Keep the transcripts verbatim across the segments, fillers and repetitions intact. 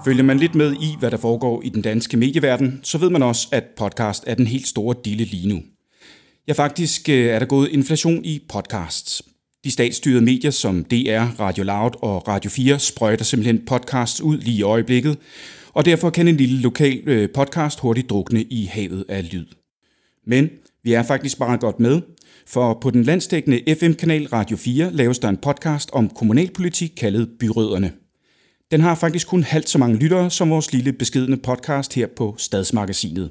Følger man lidt med i, hvad der foregår i den danske medieverden, så ved man også, at podcast er den helt store dille lige nu. Ja, faktisk er der gået inflation i podcasts. De statsstyrede medier som D R, Radio Loud og Radio fire sprøjter simpelthen podcasts ud lige i øjeblikket, og derfor kan en lille lokal podcast hurtigt drukne i havet af lyd. Men vi er faktisk bare godt med, for på den landsdækkende F M-kanal Radio fire laves der en podcast om kommunalpolitik kaldet Byrødderne. Den har faktisk kun halvt så mange lyttere som vores lille beskedne podcast her på Stadsmagasinet.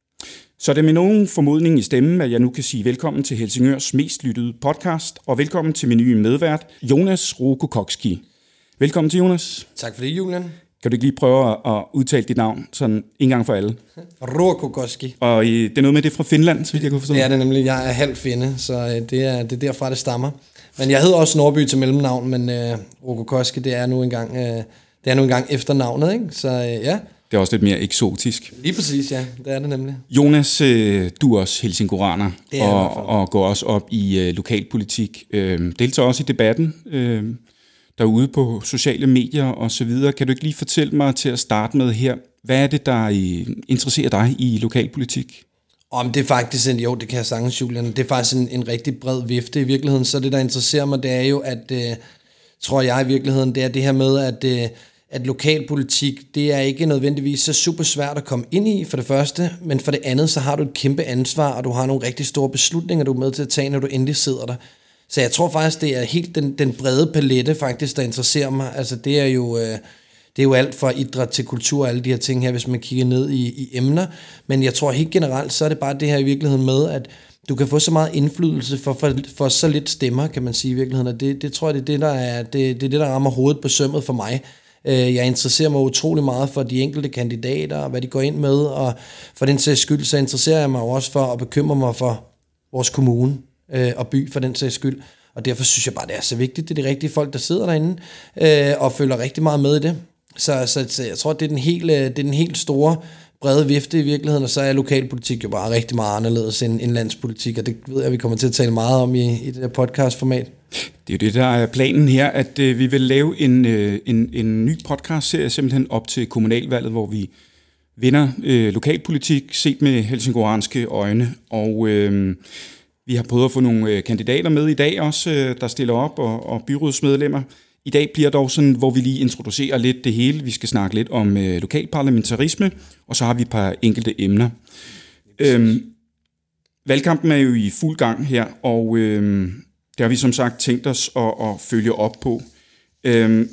Så det er med nogen formodning i stemmen, at jeg nu kan sige velkommen til Helsingørs mest lyttede podcast, og velkommen til min nye medvært, Jonas Rokokoski. Velkommen til, Jonas. Tak for det, Julian. Kan du ikke lige prøve at udtale dit navn sådan en gang for alle? Rokokoski. Og det er noget med det fra Finland, så vidt jeg kunne forstå. Det er det nemlig. Jeg er halv finde, så det er, det er derfra, det stammer. Men jeg hedder også Norby til mellemnavn, men uh, Rokokoski, det er nu engang, uh, det er nu engang efternavnet, ikke? Så uh, ja. Det er også lidt mere eksotisk. Lige præcis, ja. Det er det nemlig. Jonas, du er også helsingøraner og, og går også op i uh, lokalpolitik. Uh, deltager også i debatten uh, derude på sociale medier og så videre. Kan du ikke lige fortælle mig til at starte med her, hvad er det, der uh, interesserer dig i lokalpolitik? Om det er faktisk en, jo, det kan jeg sagtens, Julian. Det er faktisk en, en rigtig bred vifte i virkeligheden. Så det, der interesserer mig, det er jo, at, uh, tror jeg i virkeligheden, det er det her med, at uh, at lokalpolitik, det er ikke nødvendigvis så super svært at komme ind i, for det første, men for det andet, så har du et kæmpe ansvar, og du har nogle rigtig store beslutninger, du er med til at tage, når du endelig sidder der. Så jeg tror faktisk, det er helt den, den brede palette, faktisk, der interesserer mig. Altså, det er jo, øh, det er jo alt fra idræt til kultur og alle de her ting her, hvis man kigger ned i, i emner. Men jeg tror helt generelt, så er det bare det her i virkeligheden med, at du kan få så meget indflydelse for, for, for så lidt stemmer, kan man sige i virkeligheden. Og det, det tror jeg, det er det, der, er, det, det er det, der rammer hovedet på sømmet for mig. Jeg interesserer mig utrolig meget for de enkelte kandidater, og hvad de går ind med, og for den sags skyld, så interesserer jeg mig også for at bekymre mig for vores kommune øh, og by for den sags skyld. Og derfor synes jeg bare, det er så vigtigt. Det er de rigtige folk, der sidder derinde øh, og følger rigtig meget med i det. Så, så, så jeg tror, det er, den helt, det er den helt store, brede vifte i virkeligheden, og så er lokalpolitik jo bare rigtig meget anderledes end, end landspolitik, og det ved jeg, vi kommer til at tale meget om i, i det her podcastformat. Det er jo det, der er planen her, at øh, vi vil lave en, øh, en, en ny podcast-serie simpelthen op til kommunalvalget, hvor vi vinder øh, lokalpolitik set med helsingøranske øjne, og øh, vi har prøvet at få nogle øh, kandidater med i dag også, øh, der stiller op, og, og byrådsmedlemmer. I dag bliver dog sådan, hvor vi lige introducerer lidt det hele. Vi skal snakke lidt om øh, lokal parlamentarisme, og så har vi et par enkelte emner. Øhm, valgkampen er jo i fuld gang her, og øh, det har vi som sagt tænkt os at, at følge op på. Øhm,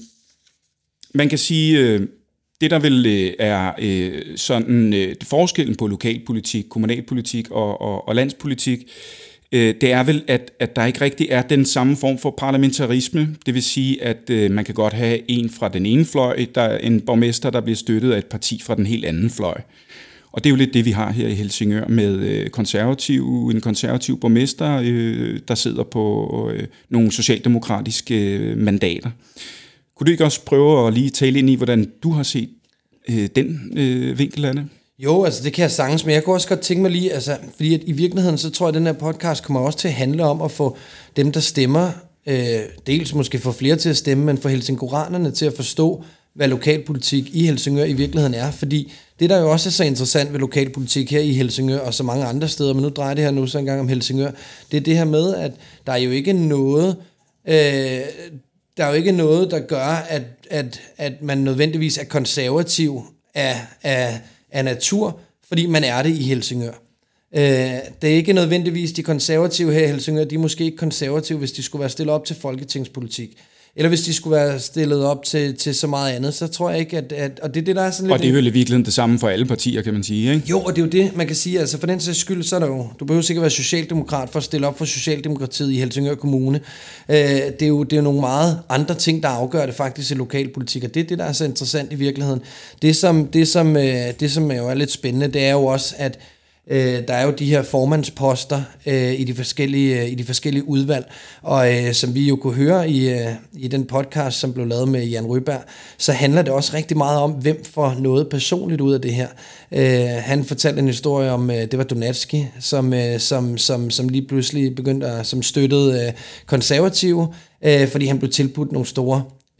man kan sige, øh, det der vel øh, er øh, sådan øh, forskellen på lokalpolitik, kommunalpolitik og, og, og landspolitik, det er vel, at, at der ikke rigtig er den samme form for parlamentarisme. Det vil sige, at øh, man kan godt have en fra den ene fløj, der er en borgmester, der bliver støttet af et parti fra den helt anden fløj. Og det er jo lidt det, vi har her i Helsingør med øh, konservativ, en konservativ borgmester, øh, der sidder på øh, nogle socialdemokratiske øh, mandater. Kunne du ikke også prøve at lige tale ind i, hvordan du har set øh, den øh, vinkel af det? Jo, altså det kan jeg sagtens, men jeg kunne også godt tænke mig lige, altså, fordi at i virkeligheden, så tror jeg, at den her podcast kommer også til at handle om at få dem, der stemmer, øh, dels måske få flere til at stemme, men få helsingøranerne til at forstå, hvad lokalpolitik i Helsingør i virkeligheden er, fordi det, der jo også er så interessant ved lokalpolitik her i Helsingør og så mange andre steder, men nu drejer det her nu så engang om Helsingør, det er det her med, at der er jo ikke noget, øh, der er jo ikke noget, der gør, at, at, at man nødvendigvis er konservativ af, af af natur, fordi man er det i Helsingør. Øh, det er ikke nødvendigvis de konservative her i Helsingør, de er måske ikke konservative, hvis de skulle være stillet op til folketingspolitik, eller hvis de skulle være stillet op til, til så meget andet, så tror jeg ikke, at, at og det er det, der er sådan lidt... Og det er vel i virkeligheden det samme for alle partier, kan man sige, ikke? Jo, og det er jo det, man kan sige, altså for den sags skyld, så er der jo, du behøver sikkert være socialdemokrat for at stille op for Socialdemokratiet i Helsingør Kommune. Øh, det, er jo, det er jo nogle meget andre ting, der afgør det faktisk i lokalpolitik, og det er det, der er så interessant i virkeligheden. Det, som, det, som, øh, det, som jo er lidt spændende, det er jo også, at Øh, der er jo de her formandsposter øh, i, de forskellige, i de forskellige udvalg, og øh, som vi jo kunne høre i, øh, i den podcast, som blev lavet med Jan Ryberg, så handler det også rigtig meget om, hvem får noget personligt ud af det her. Øh, han fortalte en historie om, øh, det var Donatski, som, øh, som, som, som lige pludselig begyndte at som støttede øh, konservative, øh, fordi han blev tilbudt nogle store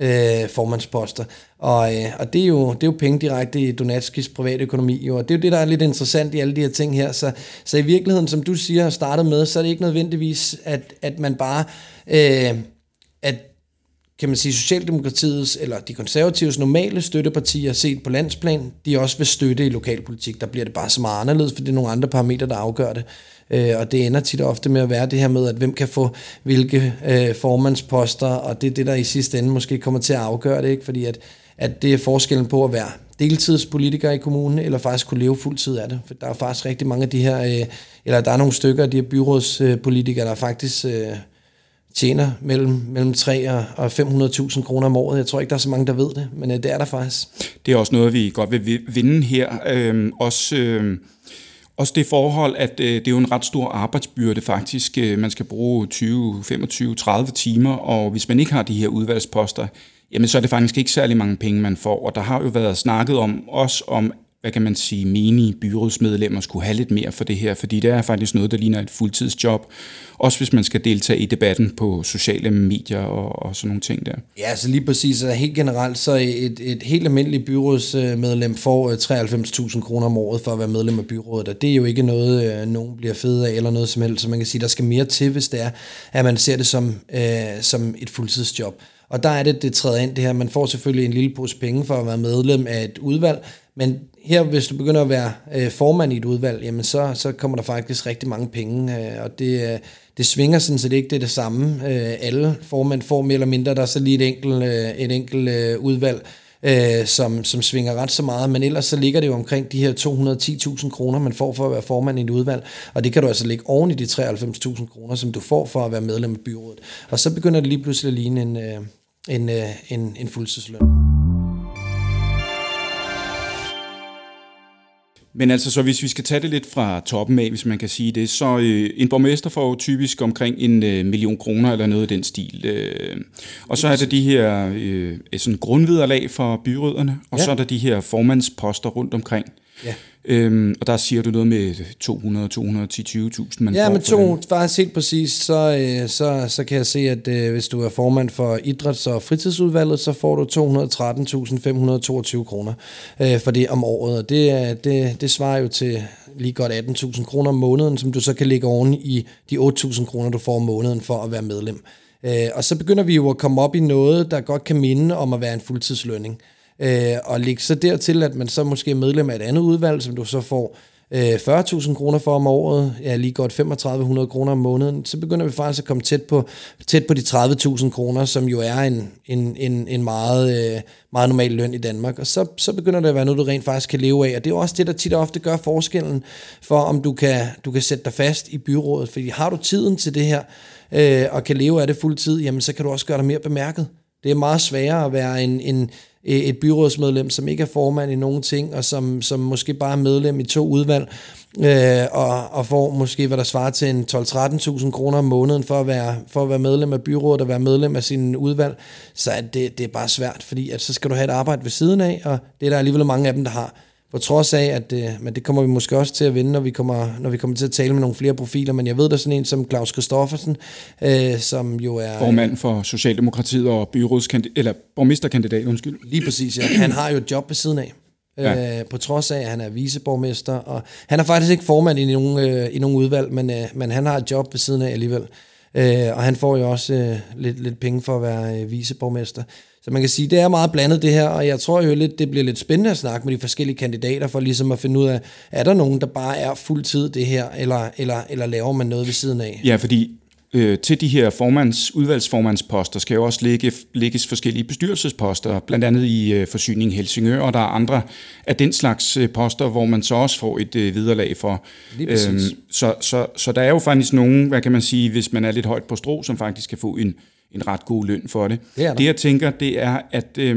øh, formandsposter. Og, øh, og det, er jo, det er jo penge direkte i Donatskis private økonomi. Jo. Og det er jo det, der er lidt interessant i alle de her ting her. Så, så i virkeligheden, som du siger, har startet med, så er det ikke nødvendigvis, at, at man bare... Øh, at kan man sige, Socialdemokratiets eller de konservatives normale støttepartier set på landsplan, de også vil støtte i lokalpolitik. Der bliver det bare så meget anderledes, for det er nogle andre parametre, der afgør det. Øh, og det ender tit og ofte med at være det her med, at hvem kan få hvilke øh, formandsposter, og det er det, der i sidste ende måske kommer til at afgøre det, ikke? Fordi at, at det er forskellen på at være deltidspolitiker i kommunen, eller faktisk kunne leve fuldtid af det. For der er faktisk rigtig mange af de her, øh, eller der er nogle stykker af de her byrådspolitikere, der faktisk... Øh, tjener mellem, mellem tre og fem hundrede tusind kroner om året. Jeg tror ikke, der er så mange, der ved det, men det er der faktisk. Det er også noget, vi godt vil vinde her. Øhm, også, øh, også det forhold, at øh, det er jo en ret stor arbejdsbyrde faktisk. Man skal bruge tyve, femogtyve, tredive timer, og hvis man ikke har de her udvalgsposter, jamen så er det faktisk ikke særlig mange penge, man får. Og der har jo været snakket om, også om, hvad kan man sige, menige byrådsmedlemmer skulle have lidt mere for det her, fordi det er faktisk noget, der ligner et fuldtidsjob, også hvis man skal deltage i debatten på sociale medier og, og sådan nogle ting der. Ja, så lige præcis, så helt generelt, så et, et helt almindeligt byrådsmedlem får treoghalvfems tusind kroner om året for at være medlem af byrådet, og det er jo ikke noget, nogen bliver fede af, eller noget som helst, så man kan sige, der skal mere til, hvis det er, at man ser det som, øh, som et fuldtidsjob. Og der er det, det træder ind det her, man får selvfølgelig en lille pose penge for at være medlem af et udvalg, men her, hvis du begynder at være øh, formand i et udvalg, jamen så, så kommer der faktisk rigtig mange penge, øh, og det, øh, det svinger sådan set ikke, det er det samme. Øh, alle formand får mere eller mindre, der er så lige et enkelt, øh, et enkelt øh, udvalg, øh, som, som svinger ret så meget, men ellers så ligger det jo omkring de her to hundrede og ti tusind kroner, man får for at være formand i et udvalg, og det kan du altså lægge oven i de treoghalvfems tusind kroner, som du får for at være medlem af byrådet. Og så begynder det lige pludselig at ligne en, øh, en, øh, en, en fuldtidsløn. Men altså, så hvis vi skal tage det lidt fra toppen af, hvis man kan sige det, så øh, en borgmester får jo typisk omkring en øh, million kroner eller noget i den stil. Øh. Og så er der de her øh, sådan grundvederlag for byrødderne, og ja. Så er der de her formandsposter rundt omkring. Ja. Øhm, og der siger du noget med to hundrede til to hundrede og ti til tyve tusind, man ja, får. Men to, faktisk helt præcis, så, øh, så, så kan jeg se, at øh, hvis du er formand for idræts- og fritidsudvalget, så får du to hundrede og tretten tusind fem hundrede og toogtyve kroner øh, for det om året. Og det, det, det svarer jo til lige godt atten tusind kroner om måneden, som du så kan lægge oven i de otte tusind kroner, du får om måneden for at være medlem. Øh, og så begynder vi jo at komme op i noget, der godt kan minde om at være en fuldtidslønning. Øh, og lægge så dertil, at man så måske er medlem af et andet udvalg, som du så får øh, fyrre tusind kroner for om året, ja, lige godt femogtredive hundrede kroner om måneden, så begynder vi faktisk at komme tæt på, tæt på de tredive tusind kroner, som jo er en, en, en, en meget, øh, meget normal løn i Danmark. Og så, så begynder det at være noget, du rent faktisk kan leve af, og det er jo også det, der tit og ofte gør forskellen for, om du kan, du kan sætte dig fast i byrådet, fordi har du tiden til det her, øh, og kan leve af det fuldtid, jamen så kan du også gøre dig mere bemærket. Det er meget sværere at være en, en et byrådsmedlem, som ikke er formand i nogen ting, og som, som måske bare er medlem i to udvalg, øh, og, og får måske, hvad der svarer til en tolv til tretten tusind kroner om måneden for at, være, for at være medlem af byrådet og være medlem af sin udvalg, så er det, det er bare svært, fordi at så skal du have et arbejde ved siden af, og det er der alligevel mange af dem, der har. På trods af, at øh, men det kommer vi måske også til at vinde, når vi kommer, når vi kommer til at tale med nogle flere profiler, men jeg ved, der er sådan en som Claus Christoffersen, øh, som jo er... formand for Socialdemokratiet og byrådskandidat, eller borgmesterkandidat, undskyld. Lige præcis, ja. Han har jo et job ved siden af, ja. øh, på trods af, at han er viceborgmester, og han er faktisk ikke formand i nogen, øh, i nogen udvalg, men, øh, men han har et job ved siden af alligevel. Øh, og han får jo også øh, lidt, lidt penge for at være øh, viceborgmester. Så man kan sige, det er meget blandet det her, og jeg tror jo lidt, det bliver lidt spændende at snakke med de forskellige kandidater, for ligesom at finde ud af, er der nogen, der bare er fuldtid det her, eller, eller, eller laver man noget ved siden af? Ja, fordi øh, til de her formands, udvalgsformandsposter skal jo også lægge, lægges forskellige bestyrelsesposter, blandt andet i øh, Forsyning Helsingør, og der er andre af den slags øh, poster, hvor man så også får et øh, vederlag for. Øhm, så, så, så der er jo faktisk nogen, hvad kan man sige, hvis man er lidt højt på strå, som faktisk kan få en en ret god løn for det. Det, det jeg tænker, det er, at øh,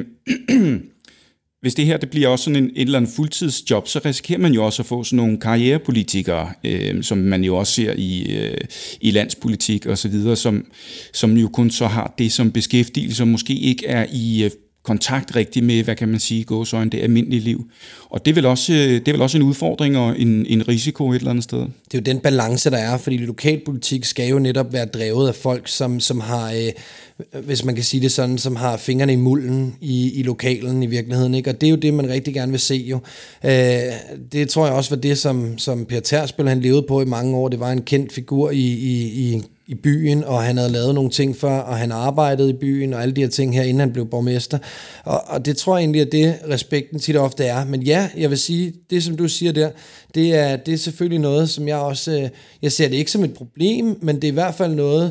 hvis det her det bliver også sådan en, en eller anden fuldtidsjob, så risikerer man jo også at få sådan nogle karrierepolitikere, øh, som man jo også ser i, øh, i landspolitik og så videre, som, som jo kun så har det som beskæftigelse, som måske ikke er i, kontakt rigtig med, hvad kan man sige, gåseøjne, det almindelige liv. Og det er vel også, det er vel også en udfordring og en, en risiko et eller andet sted. Det er jo den balance, der er, fordi lokalpolitik skal jo netop være drevet af folk, som, som har, øh, hvis man kan sige det sådan, som har fingrene i mulden i, i lokalen i virkeligheden, ikke? Og det er jo det, man rigtig gerne vil se jo. Øh, det tror jeg også var det, som, som Per Tersbøl, han levede på i mange år. Det var en kendt figur i, i, i i byen, og han havde lavet nogle ting før, og han arbejdede i byen, og alle de her ting her, inden han blev borgmester. Og, og det tror jeg egentlig, at det respekten tit og ofte er. Men ja, jeg vil sige, det som du siger der, det er, det er selvfølgelig noget, som jeg også, jeg ser det ikke som et problem, men det er i hvert fald noget,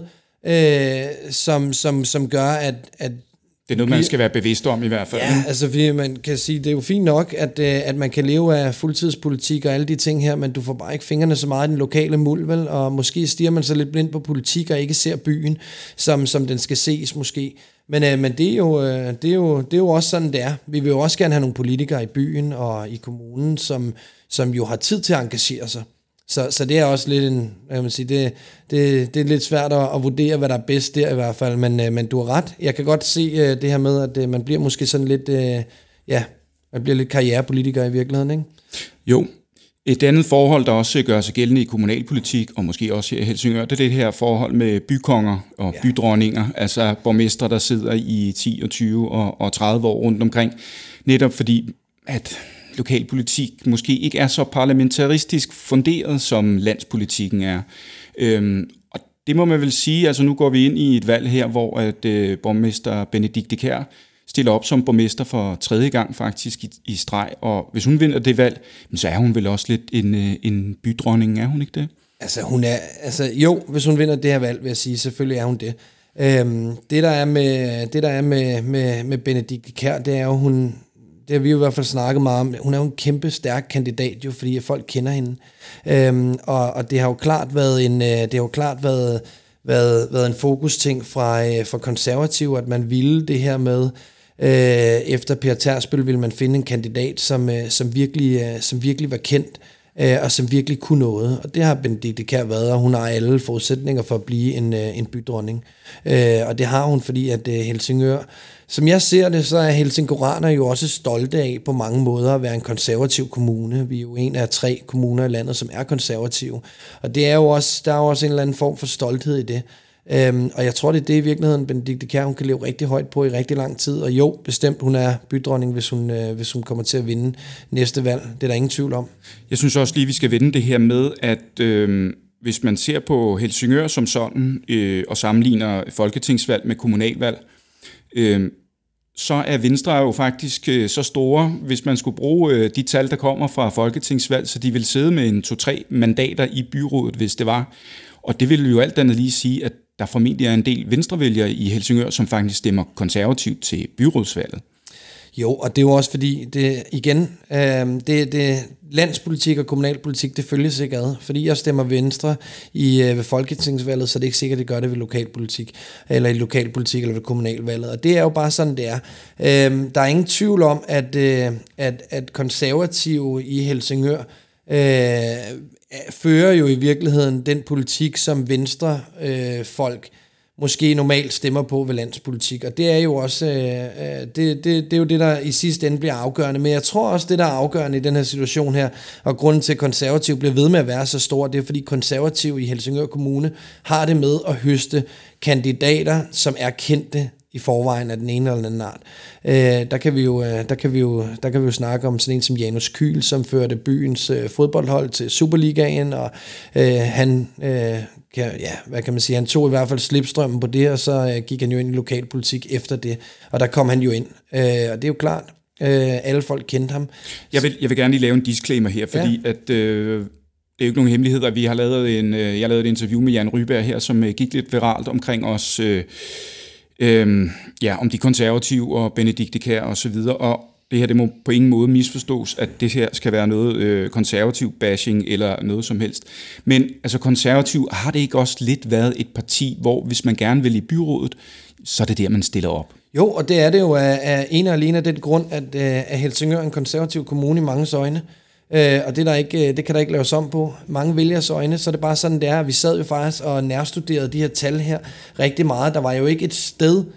øh, som, som, som gør, at, at det er noget, man skal være bevidst om i hvert fald. Ja, altså fordi man kan sige, det er jo fint nok, at, at man kan leve af fuldtidspolitik og alle de ting her, men du får bare ikke fingrene så meget i den lokale muld, vel? Og måske stiger man så lidt blind på politik og ikke ser byen, som, som den skal ses måske. Men, øh, men det, er jo, øh, det, er jo, det er jo også sådan, det er. Vi vil jo også gerne have nogle politikere i byen og i kommunen, som, som jo har tid til at engagere sig. Så, så det er også lidt en, jeg vil sige, det, det, det er lidt svært at, at vurdere, hvad der er bedst der i hvert fald, men, men du har ret. Jeg kan godt se uh, det her med, at uh, man bliver måske sådan lidt, uh, ja, man bliver lidt karrierepolitiker i virkeligheden, ikke? Jo. Et andet forhold, der også gør sig gældende i kommunalpolitik, og måske også her i Helsingør, det er det her forhold med bykonger og ja. bydronninger, altså borgmestre, der sidder i ti og tyve og, og tredive år rundt omkring, netop fordi, at lokalpolitik måske ikke er så parlamentaristisk funderet, som landspolitikken er. Øhm, og det må man vel sige, altså nu går vi ind i et valg her, hvor at øh, borgmester Benedikte Kiær stiller op som borgmester for tredje gang faktisk i, i streg, og hvis hun vinder det valg, så er hun vel også lidt en, øh, en bydronning, er hun ikke det? Altså hun er, altså jo, hvis hun vinder det her valg, vil jeg sige, selvfølgelig er hun det. Øhm, det der er med, det der er med, med, med Benedikte Kiær, det er jo, hun det har vi jo i hvert fald snakket meget om. Hun er jo en kæmpe stærk kandidat, jo, fordi folk kender hende. Øhm, og, og det har jo klart været en, det har jo klart været, været, været en fokusting fra, fra konservative, at man ville det her med, øh, efter Per Tersbøl ville man finde en kandidat, som, som, virkelig, som virkelig var kendt, øh, og som virkelig kunne noget. Og det har Benedikte Kiær været, og hun har alle forudsætninger for at blive en, en bydronning. Øh, og det har hun, fordi at Helsingør, som jeg ser det, så er helsingøraner jo også stolte af på mange måder at være en konservativ kommune. Vi er jo en af tre kommuner i landet, som er konservative. Og det er jo også, der er jo også en eller anden form for stolthed i det. Øhm, og jeg tror, det er det i virkeligheden, Benedikte Kiær, hun kan leve rigtig højt på i rigtig lang tid. Og jo, bestemt, hun er bydronning, hvis hun, øh, hvis hun kommer til at vinde næste valg. Det er der ingen tvivl om. Jeg synes også lige, vi skal vende det her med, at øh, hvis man ser på Helsingør som sådan, øh, og sammenligner folketingsvalg med kommunalvalg, øh, så er Venstre jo faktisk øh, så store, hvis man skulle bruge øh, de tal, der kommer fra folketingsvalg, så de vil sidde med en to-tre mandater i byrådet, hvis det var. Og det vil jo alt andet lige sige, at der formentlig er en del venstrevælgere i Helsingør, som faktisk stemmer konservativt til byrådsvalget. Jo, og det er jo også fordi, det igen, øh, det, det, landspolitik og kommunalpolitik, det følges ikke ad. Fordi jeg stemmer Venstre i, øh, ved folketingsvalget, så det er ikke sikkert, at det gør det ved lokalpolitik, eller i lokalpolitik, eller ved kommunalvalget. Og det er jo bare sådan, det er. Øh, der er ingen tvivl om, at, øh, at, at konservative i Helsingør øh, fører jo i virkeligheden den politik, som Venstre øh, folk måske normalt stemmer på ved landspolitik, og det er jo også øh, det, det, det er jo det, der i sidste ende bliver afgørende, men jeg tror også, det der er afgørende i den her situation her, og grunden til, at konservativ bliver ved med at være så stor, det er, fordi konservativ i Helsingør Kommune har det med at høste kandidater, som er kendte i forvejen af den ene eller den anden art. Øh, der kan vi jo, der kan vi jo, der kan vi jo snakke om sådan en som Janus Kyl, som førte byens øh, fodboldhold til Superligaen, og øh, han øh, kan, ja, hvad kan man sige, han tog i hvert fald slipstrømmen på det, og så øh, gik han jo ind i lokalpolitik efter det, og der kom han jo ind. Øh, og det er jo klart, øh, alle folk kendte ham. Jeg vil, jeg vil gerne lige lave en disclaimer her, fordi ja. at øh, det er jo ikke nogen hemmelighed, at vi har lavet en, øh, jeg lavede et interview med Jan Ryberg her, som øh, gik lidt viralt omkring os, øh, øh, ja, om de konservative og Benedikte Kiær og så videre, og det her, det må på ingen måde misforstås, at det her skal være noget øh, konservativ bashing eller noget som helst. Men altså konservativ, har det ikke også lidt været et parti, hvor hvis man gerne vil i byrådet, så er det der, man stiller op? Jo, og det er det jo af, af en og alene af den grund, at, at Helsingør er en konservativ kommune i manges øjne. Øh, og det, der ikke, det kan der ikke laves om på mange vælgers øjne, så er det bare sådan, det er. Vi sad jo faktisk og nærstuderede de her tal her rigtig meget. Der var jo ikke et sted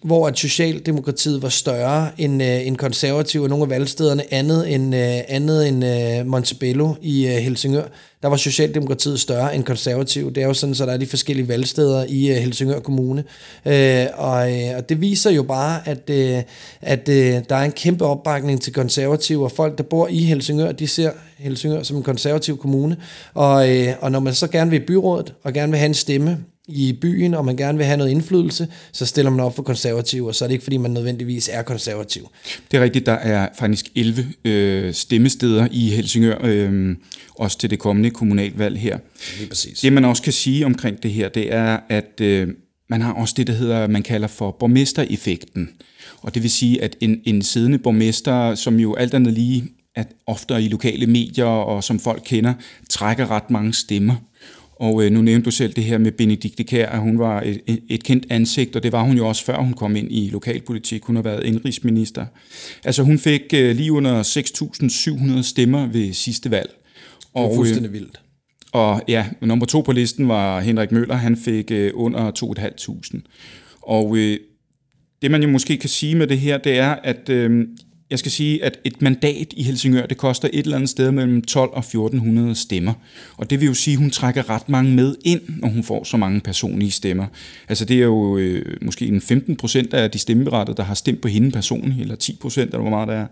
hvor at Socialdemokratiet var større end, øh, end konservativ, og nogle af valgstederne andet end, øh, andet end øh, Montebello i øh, Helsingør. Der var Socialdemokratiet større end konservativ. Det er jo sådan, så der er de forskellige valgsteder i øh, Helsingør Kommune. Øh, og, øh, og det viser jo bare, at, øh, at øh, der er en kæmpe opbakning til konservative, og folk, der bor i Helsingør, de ser Helsingør som en konservativ kommune. Og, øh, og når man så gerne vil i byrådet, og gerne vil have en stemme i byen, og man gerne vil have noget indflydelse, så stiller man op for konservativ, og så er det ikke, fordi man nødvendigvis er konservativ. Det er rigtigt, der er faktisk elleve øh, stemmesteder i Helsingør, øh, også til det kommende kommunalvalg her. Lige præcis. Det man også kan sige omkring det her, det er, at øh, man har også det, der hedder, man kalder for borgmestereffekten. Og det vil sige, at en, en siddende borgmester, som jo alt andet lige, at ofte i lokale medier, og som folk kender, trækker ret mange stemmer. Og øh, nu nævnte du selv det her med Benedikte Kjær, at hun var et, et kendt ansigt, og det var hun jo også før hun kom ind i lokalpolitik. Hun har været indrigsminister. Altså hun fik øh, lige under seks tusind syv hundrede stemmer ved sidste valg. Og, det var fuldstændig vildt. Og ja, nummer to på listen var Henrik Møller, han fik øh, under to tusind fem hundrede. Og øh, det man jo måske kan sige med det her, det er, at øh, jeg skal sige, at et mandat i Helsingør, det koster et eller andet sted mellem tolv og fjorten hundrede stemmer. Og det vil jo sige, at hun trækker ret mange med ind, når hun får så mange personlige stemmer. Altså det er jo øh, måske en femten procent af de stemmeberettede, der har stemt på hende personligt, eller ti procent, eller hvor meget det er.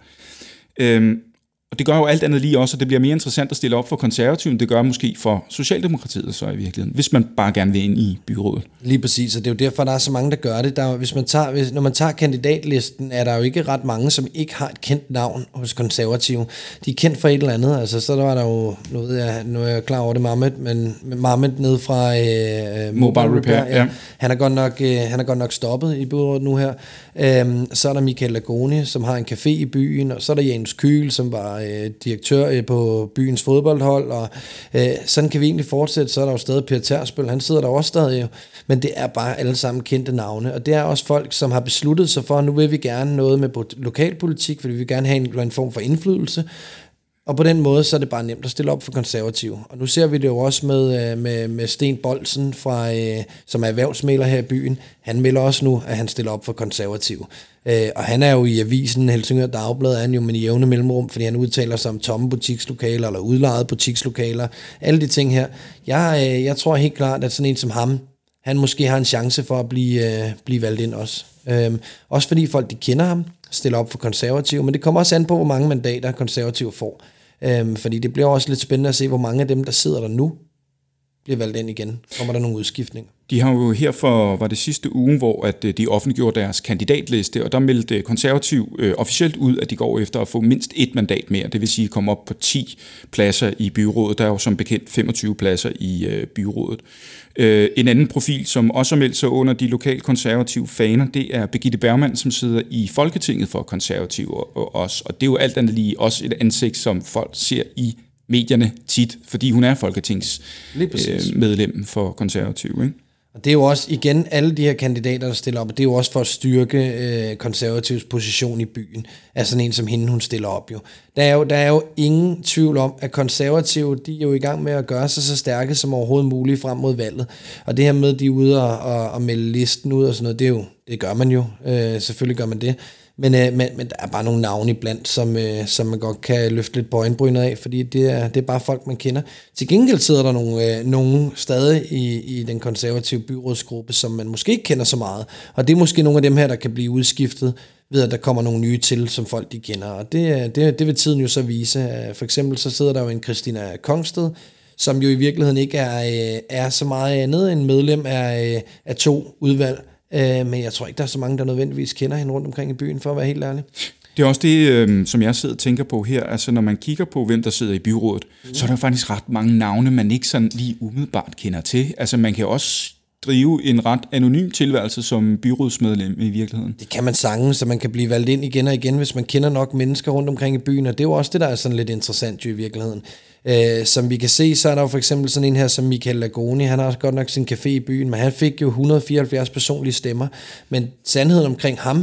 Øhm, Og det gør jo alt andet lige også, at det bliver mere interessant at stille op for konservativen. Det gør måske for Socialdemokratiet så i virkeligheden, hvis man bare gerne vil ind i byrådet. Lige præcis, og det er jo derfor, der er så mange, der gør det. Der er, hvis man tager, hvis, når man tager kandidatlisten, er der jo ikke ret mange, som ikke har et kendt navn hos konservative. De er kendt for et eller andet. Altså, så der var der jo, nu ved jeg, nu er jeg klar over det, Mahmed, men Mahmed ned fra øh, Mobile Repair, ja. ja. Han er godt nok, øh, han er godt nok stoppet i byrådet nu her. Øhm, så er der Michael Lagoni, som har en café i byen, og så er der Janus Kyl, som var øh, direktør øh, på byens fodboldhold, og øh, sådan kan vi egentlig fortsætte. Så er der jo stadig Per Tersbøl, han sidder der også stadig jo, men det er bare alle sammen kendte navne, og det er også folk, som har besluttet sig for, at nu vil vi gerne noget med lokalpolitik, fordi vi vil gerne have en, en form for indflydelse. Og på den måde, så er det bare nemt at stille op for konservative. Og nu ser vi det jo også med, med, med Sten Bolsen, fra, øh, som er erhvervsmægler her i byen. Han melder også nu, at han stiller op for konservative. Øh, og han er jo i avisen Helsingør Dagblad, er han jo med jævne mellemrum, fordi han udtaler sig om tomme butikslokaler, eller udlejede butikslokaler. Alle de ting her. Jeg, øh, jeg tror helt klart, at sådan en som ham, han måske har en chance for at blive, øh, blive valgt ind også. Øh, også fordi folk, de kender ham, stiller op for konservative, men det kommer også an på, hvor mange mandater konservative får. Øhm, fordi det bliver også lidt spændende at se, hvor mange af dem, der sidder der nu, bliver valgt ind igen. Kommer der nogle udskiftninger? De har jo her for, var det sidste uge, hvor at de offentliggjorde deres kandidatliste, og der meldte konservativ øh, officielt ud, at de går efter at få mindst et mandat mere, det vil sige komme op på ti pladser i byrådet. Der er jo som bekendt femogtyve pladser i øh, byrådet. Øh, en anden profil, som også har meldt sig under de lokale konservative faner, det er Birgitte Bergmann, som sidder i Folketinget for konservative og, og os. Og det er jo alt andet lige også et ansigt, som folk ser i medierne tit, fordi hun er folketingsmedlem øh, for konservative, ikke? Og det er jo også, igen, alle de her kandidater, der stiller op, det er jo også for at styrke øh, konservativs position i byen, af sådan en som hende, hun stiller op jo. Der er jo, der er jo ingen tvivl om, at konservative, de er jo i gang med at gøre sig så stærke som overhovedet muligt frem mod valget. Og det her med, at de er ude og, og, og melde listen ud og sådan noget, det, er jo, det gør man jo. Øh, selvfølgelig gør man det. Men, øh, men, men der er bare nogle navne iblandt, som, øh, som man godt kan løfte lidt på øjenbrynet af, fordi det er, det er bare folk, man kender. Til gengæld sidder der nogle, øh, nogle stadig i, i den konservative byrådsgruppe, som man måske ikke kender så meget. Og det er måske nogle af dem her, der kan blive udskiftet ved, at der kommer nogle nye til, som folk de kender. Og det, det, det vil tiden jo så vise. For eksempel så sidder der jo en Christina Kongsted, som jo i virkeligheden ikke er, er så meget andet end medlem af, af to udvalg. Men jeg tror ikke, der er så mange, der nødvendigvis kender hende rundt omkring i byen, for at være helt ærlig. Det er også det, som jeg sidder og tænker på her. Altså, når man kigger på, hvem der sidder i byrådet, mm. så er der faktisk ret mange navne, man ikke sådan lige umiddelbart kender til. Altså, man kan også drive en ret anonym tilværelse som byrådsmedlem i virkeligheden. Det kan man sagtens, så man kan blive valgt ind igen og igen, hvis man kender nok mennesker rundt omkring i byen, og det er jo også det, der er sådan lidt interessant jo i virkeligheden. Øh, som vi kan se, så er der jo for eksempel sådan en her som Michael Lagoni, han har godt nok sin café i byen, men han fik jo et hundrede og fireoghalvfjerds personlige stemmer, men sandheden omkring ham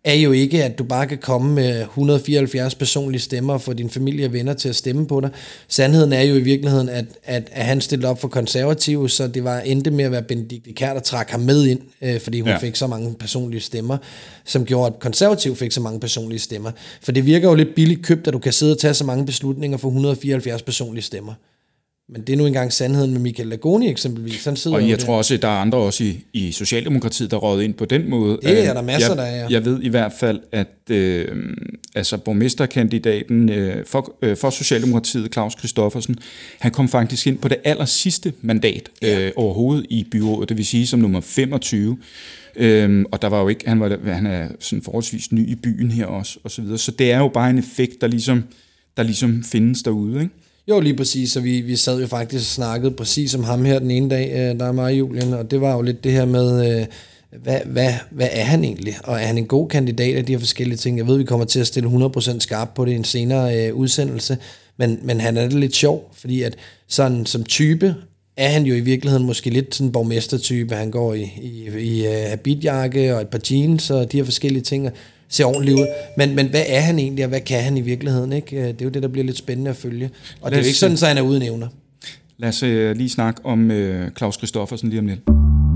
er jo ikke, at du bare kan komme med et hundrede og fireoghalvfjerds personlige stemmer og få din familie og venner til at stemme på dig. Sandheden er jo i virkeligheden, at, at, at han stillede op for konservative, så det var endte med at være Benedikte Kiær, der trak ham med ind, øh, fordi hun ja. fik så mange personlige stemmer, som gjorde, at konservative fik så mange personlige stemmer. For det virker jo lidt billigt købt, at du kan sidde og tage så mange beslutninger for et hundrede og fireoghalvfjerds personlige stemmer. Men det er nu engang sandheden med Michael Lagoni eksempelvis. Han sidder og jeg der. tror også, at der er andre også i, i Socialdemokratiet, der råder ind på den måde. Det er der masser, jeg, der er. Jeg ved i hvert fald, at øh, altså borgmesterkandidaten øh, for, øh, for Socialdemokratiet, Claus Christoffersen, han kom faktisk ind på det aller sidste mandat ja. øh, overhovedet i byrådet, det vil sige som nummer femogtyve. Øhm, og der var jo ikke, han, var, han er sådan forholdsvis ny i byen her også, og så videre. Så det er jo bare en effekt, der ligesom, der ligesom findes derude, ikke? Jo, lige præcis, så vi, vi sad jo faktisk og snakkede præcis om ham her den ene dag, der er mig, Julian, og det var jo lidt det her med, hvad, hvad, hvad er han egentlig? Og er han en god kandidat af de her forskellige ting? Jeg ved, vi kommer til at stille hundrede procent skarp på det i en senere øh, udsendelse, men, men han er det lidt sjov, fordi at sådan som type er han jo i virkeligheden måske lidt sådan en borgmestertype. Han går i, i, i uh, habitjakke og et par jeans og de her forskellige ting, ser ordentligt ud. Men, men hvad er han egentlig, og hvad kan han i virkeligheden? Ikke? Det er jo det, der bliver lidt spændende at følge. Og det er jo ikke sådan, at han er uden evner. Lad os uh, lige snakke om uh, Claus Christoffersen lige om lidt.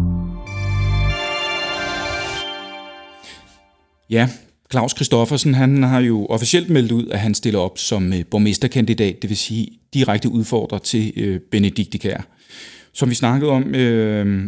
Ja, Claus Christoffersen, han har jo officielt meldt ud, at han stiller op som uh, borgmesterkandidat, det vil sige direkte udfordrer til uh, Benedikte Kiær. Som vi snakkede om, uh,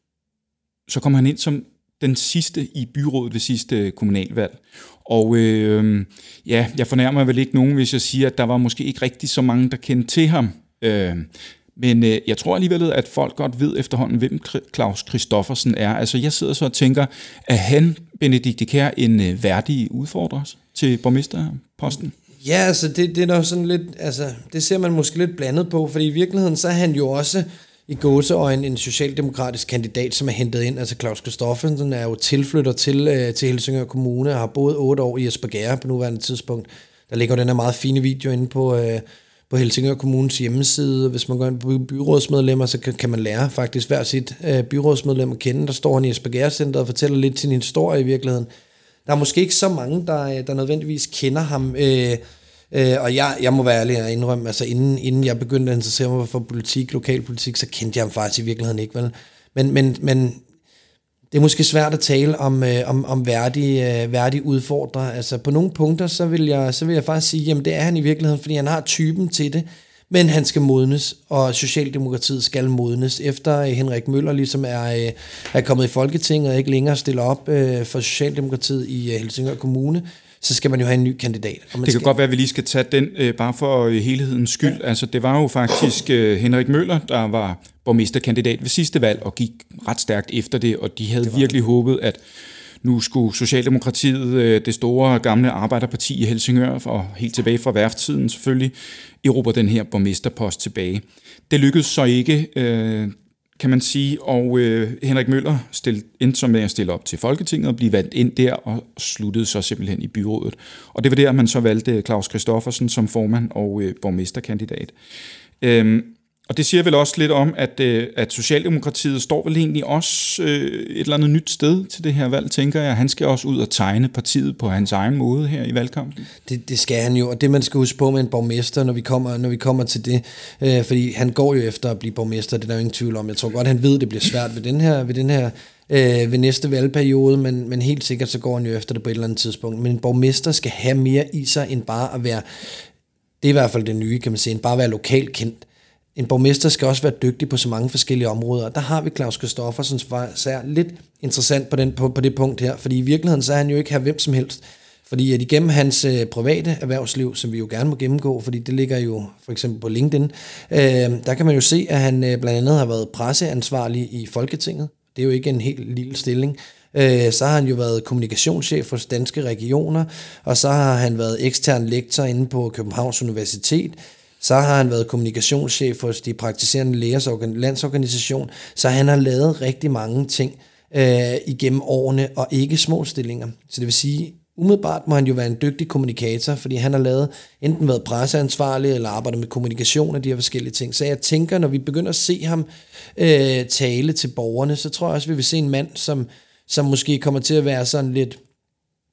så kom han ind som den sidste i byrådet ved sidste kommunalvalg. Og øh, ja, jeg fornærmer vel ikke nogen, hvis jeg siger, at der var måske ikke rigtig så mange, der kendte til ham. Øh, men øh, jeg tror alligevel, at folk godt ved efterhånden, hvem Claus Christoffersen er. Altså jeg sidder så og tænker, er han, Benedikte Kiær, en øh, værdig udfordrer til borgmesterposten? Ja, altså det, det er nok sådan lidt, altså det ser man måske lidt blandet på, fordi i virkeligheden så er han jo også i gåseøjne en socialdemokratisk kandidat, som er hentet ind. Altså Claus Christoffersen er jo tilflytter til, øh, til Helsingør Kommune og har boet otte år i Espergærde på nuværende tidspunkt. Der ligger den her meget fine video inde på, øh, på Helsingør Kommunes hjemmeside. Hvis man går ind på byrådsmedlemmer, så kan, kan man lære faktisk hver sit øh, byrådsmedlem at kende. Der står han i Espergærde-centret og fortæller lidt sin historie i virkeligheden. Der er måske ikke så mange, der, der nødvendigvis kender ham. Øh, Øh, og jeg, jeg må være ærlig og indrømme, altså inden, inden jeg begyndte at interessere mig for politik, lokalpolitik, så kendte jeg ham faktisk i virkeligheden ikke, vel? Men, men, men det er måske svært at tale om, øh, om, om værdige, øh, værdige udfordrere. Altså på nogle punkter, så vil, jeg, så vil jeg faktisk sige, jamen det er han i virkeligheden, fordi han har typen til det, men han skal modnes, og Socialdemokratiet skal modnes. Efter Henrik Møller ligesom er, øh, er kommet i Folketinget og ikke længere stiller op øh, for Socialdemokratiet i øh, Helsingør Kommune, så skal man jo have en ny kandidat. Og man det kan skal... godt være, at vi lige skal tage den, øh, bare for helhedens skyld. Ja. Altså, det var jo faktisk øh, Henrik Møller, der var borgmesterkandidat ved sidste valg, og gik ret stærkt efter det, og de havde virkelig det. håbet, at nu skulle Socialdemokratiet, øh, det store gamle arbejderparti i Helsingør, og helt tilbage fra værftiden selvfølgelig, erobre den her borgmesterpost tilbage. Det lykkedes så ikke, øh, kan man sige, og øh, Henrik Møller endte så med at stille op til Folketinget og blive valgt ind der, og sluttede så simpelthen i byrådet. Og det var der, man så valgte Claus Christoffersen som formand og øh, borgmesterkandidat. Øhm, og det siger vel også lidt om, at, øh, at Socialdemokratiet står vel egentlig også øh, et eller andet nyt sted til det her valg, tænker jeg. Han skal også ud og tegne partiet på hans egen måde her i valgkampen. Det, det skal han jo, og det man skal huske på med en borgmester, når vi kommer, når vi kommer til det, øh, fordi han går jo efter at blive borgmester, det er der jo ingen tvivl om. Jeg tror godt, han ved, det bliver svært ved den her, ved den her øh, ved næste valgperiode, men, men helt sikkert så går han jo efter det på et eller andet tidspunkt. Men en borgmester skal have mere i sig, end bare at være, det er i hvert fald det nye, kan man sige, end bare at være lokalt kendt. En borgmester skal også være dygtig på så mange forskellige områder, og der har vi Claus Christoffersen, som er lidt interessant på, den, på, på det punkt her, fordi i virkeligheden så er han jo ikke her hvem som helst, fordi at igennem hans øh, private erhvervsliv, som vi jo gerne må gennemgå, fordi det ligger jo for eksempel på LinkedIn, øh, der kan man jo se, at han øh, blandt andet har været presseansvarlig i Folketinget. Det er jo ikke en helt lille stilling. Øh, så har han jo været kommunikationschef hos Danske Regioner, og så har han været ekstern lektor inde på Københavns Universitet. Så har han været kommunikationschef hos de praktiserende lægers landsorganisation, så han har lavet rigtig mange ting øh, igennem årene, og ikke små stillinger. Så det vil sige, umiddelbart må han jo være en dygtig kommunikator, fordi han har lavet, enten været presseansvarlig, eller arbejdet med kommunikation og de her forskellige ting. Så jeg tænker, når vi begynder at se ham øh, tale til borgerne, så tror jeg også, vi vil se en mand, som, som måske kommer til at være sådan lidt,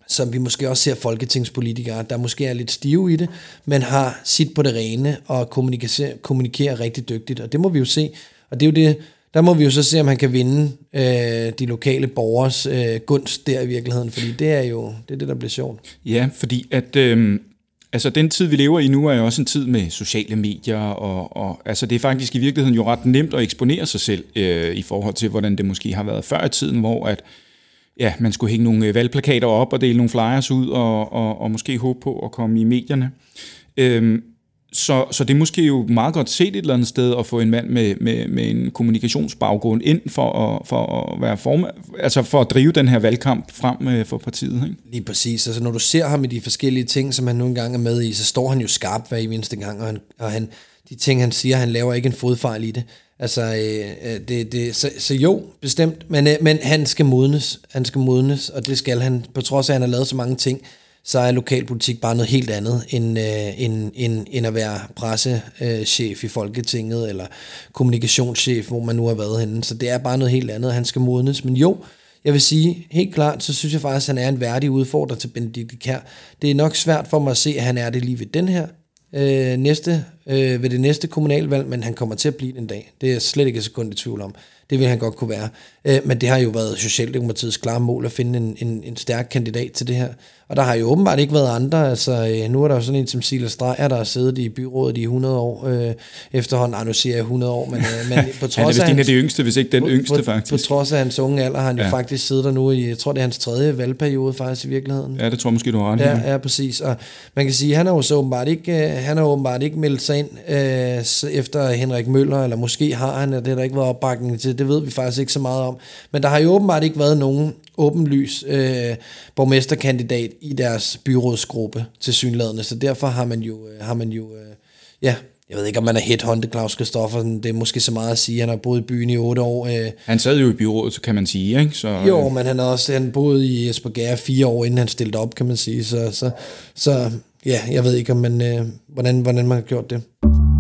som vi måske også ser folketingspolitikere, der måske er lidt stive i det, men har sit på det rene og kommunikerer, kommunikerer rigtig dygtigt, og det må vi jo se, og det er jo det, der må vi jo så se, om han kan vinde øh, de lokale borgers øh, gunst der i virkeligheden, fordi det er jo det, er det der bliver sjovt. Ja, fordi at øh, altså den tid, vi lever i nu, er jo også en tid med sociale medier, og, og altså det er faktisk i virkeligheden jo ret nemt at eksponere sig selv øh, i forhold til, hvordan det måske har været før i tiden, hvor at ja, man skulle hænge nogle valgplakater op og dele nogle flyers ud, og, og, og måske håbe på at komme i medierne. Øhm, så, så det er måske jo meget godt set et eller andet sted at få en mand med, med, med en kommunikationsbaggrund ind for at, for at være formand, altså for at drive den her valgkamp frem for partiet. Ikke? Lige præcis. Altså når du ser ham i de forskellige ting, som han nogle gange er med i, så står han jo skarpt hver eneste gang, og, han, og han, de ting, han siger, han laver ikke en fodfejl i det. Altså, øh, det, det, så, så jo, bestemt, men, øh, men han skal modnes, han skal modnes, og det skal han, på trods af, at han har lavet så mange ting, så er lokalpolitik bare noget helt andet, end, øh, end, end, end at være pressechef i Folketinget, eller kommunikationschef, hvor man nu har været henne, så det er bare noget helt andet, og han skal modnes, men jo, jeg vil sige, helt klart, så synes jeg faktisk, at han er en værdig udfordrer til Benedikte Kiær. Det er nok svært for mig at se, at han er det lige ved den her, Øh, næste, øh, ved det næste kommunalvalg, men han kommer til at blive det en dag. Det er jeg slet ikke et sekund i tvivl om. Det vil han godt kunne være. Øh, men det har jo været Socialdemokratiets klare mål at finde en, en, en stærk kandidat til det her. Og der har jo åbenbart ikke været andre. Altså, øh, nu er der jo sådan en som Silas Drejer, der har siddet i byrådet i hundrede år øh, efterhånden. Ej, nu siger jeg hundrede år, men, øh, men på trods han er vist af en af de yngste, hvis ikke den på, yngste på, faktisk. På trods af hans unge alder har han ja. jo faktisk siddet der nu i, jeg tror det er hans tredje valgperiode faktisk i virkeligheden. Ja, det tror jeg måske, du har ret i. Ja, ja, præcis. Og man kan sige, at han har jo så åbenbart ikke, han har åbenbart ikke meldt sig ind øh, efter Henrik Møller, eller måske har han, og det har der ikke været opbakning til. Det ved vi faktisk ikke så meget om. Men der har jo åbenbart ikke været nogen åbenlys øh, borgmesterkandidat i deres byrådsgruppe til synladende, så derfor har man jo, øh, har man jo øh, ja, jeg ved ikke, om man er headhunted Claus Christoffersen, det er måske så meget at sige, han har boet i byen i otte år. Øh. Han sad jo i byrådet, kan man sige, ikke? Så, jo, øh. men han har også han boet i Esbjerg fire år, inden han stillede op, kan man sige, så, så, så ja, jeg ved ikke, om man, øh, hvordan, hvordan man har gjort det.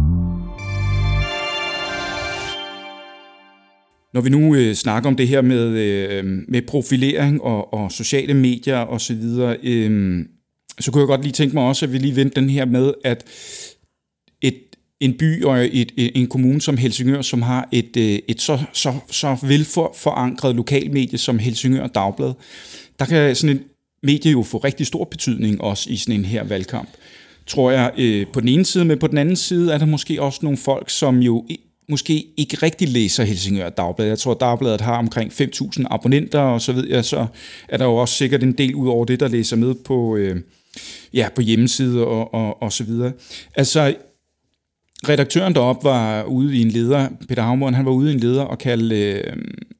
Når vi nu øh, snakker om det her med, øh, med profilering og, og sociale medier og så videre, øh, så kunne jeg godt lige tænke mig også, at vi lige vendte den her med, at et, en by og et, et, en kommune som Helsingør, som har et, et så, så, så velforankret lokalmedie som Helsingør Dagblad, der kan sådan et medie jo få rigtig stor betydning også i sådan en her valgkamp, tror jeg, øh, på den ene side, men på den anden side er der måske også nogle folk, som jo måske ikke rigtig læser Helsingør Dagblad. Jeg tror, Dagbladet har omkring fem tusind abonnenter, og så ved jeg, så er der jo også sikkert en del ud over det, der læser med på, øh, ja, på hjemmesider og, og, og så videre. Altså, redaktøren deroppe var ude i en leder, Peter Havmund, han var ude i en leder og kalde, øh,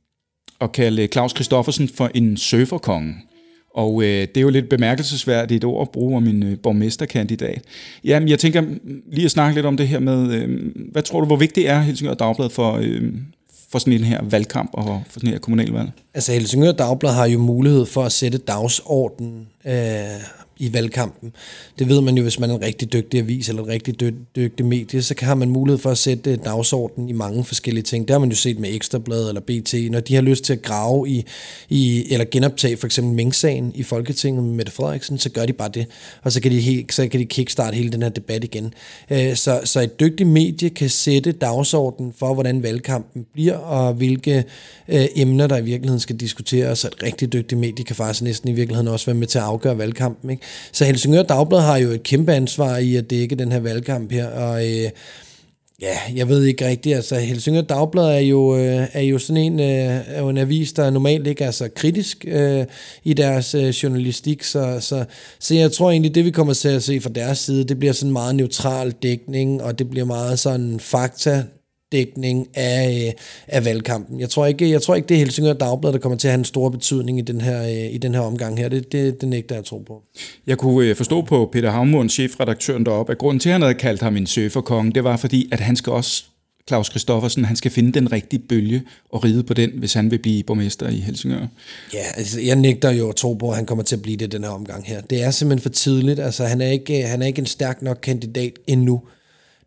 og kalde Claus Christoffersen for en surferkonge. Og øh, det er jo lidt bemærkelsesværdigt ord at bruge om en øh, borgmesterkandidat. Jamen, jeg tænker lige at snakke lidt om det her med, øh, hvad tror du, hvor vigtigt er Helsingør Dagblad for, øh, for sådan en her valgkamp og for sådan en her kommunalvalg? Altså, Helsingør Dagblad har jo mulighed for at sætte dagsordenen øh, i valgkampen. Det ved man jo, hvis man er en rigtig dygtig avis eller en rigtig dy- dygtig medie, så har man mulighed for at sætte dagsordenen i mange forskellige ting. Det har man jo set med Ekstrabladet eller B T, når de har lyst til at grave i, i eller genoptage for eksempel Mink-sagen i Folketinget med Mette Frederiksen, så gør de bare det, og så kan de, helt, så kan de kickstarte hele den her debat igen. Så, så et dygtigt medie kan sætte dagsordenen for, hvordan valgkampen bliver, og hvilke øh, emner, der i virkeligheden skal diskuteres, så et rigtig dygtigt medie kan faktisk næsten i virkeligheden også være med til at afgøre valgkampen, ikke? Så Helsingør Dagblad har jo et kæmpe ansvar i at dække den her valgkamp her, og øh, ja, jeg ved ikke rigtigt, altså Helsingør Dagblad er jo, øh, er jo sådan en, øh, er jo en avis, der normalt ikke er så kritisk øh, i deres øh, journalistik, så, så, så jeg tror egentlig, det vi kommer til at se fra deres side, det bliver sådan meget neutral dækning, og det bliver meget sådan fakta dækning af, af valgkampen. Jeg tror ikke, jeg tror ikke det er Helsingør Dagblad, der kommer til at have en stor betydning i den her, i den her omgang her. Det, det, det nægter jeg at tro på. Jeg kunne forstå på Peter Havmund, chefredaktøren deroppe, at grunden til, at han havde kaldt ham en surferkonge, det var fordi, at han skal også, Claus Christoffersen, han skal finde den rigtige bølge og ride på den, hvis han vil blive borgmester i Helsingør. Ja, altså, jeg nægter jo at tro på, at han kommer til at blive det den her omgang her. Det er simpelthen for tidligt. Altså, han er ikke, han er ikke en stærk nok kandidat endnu.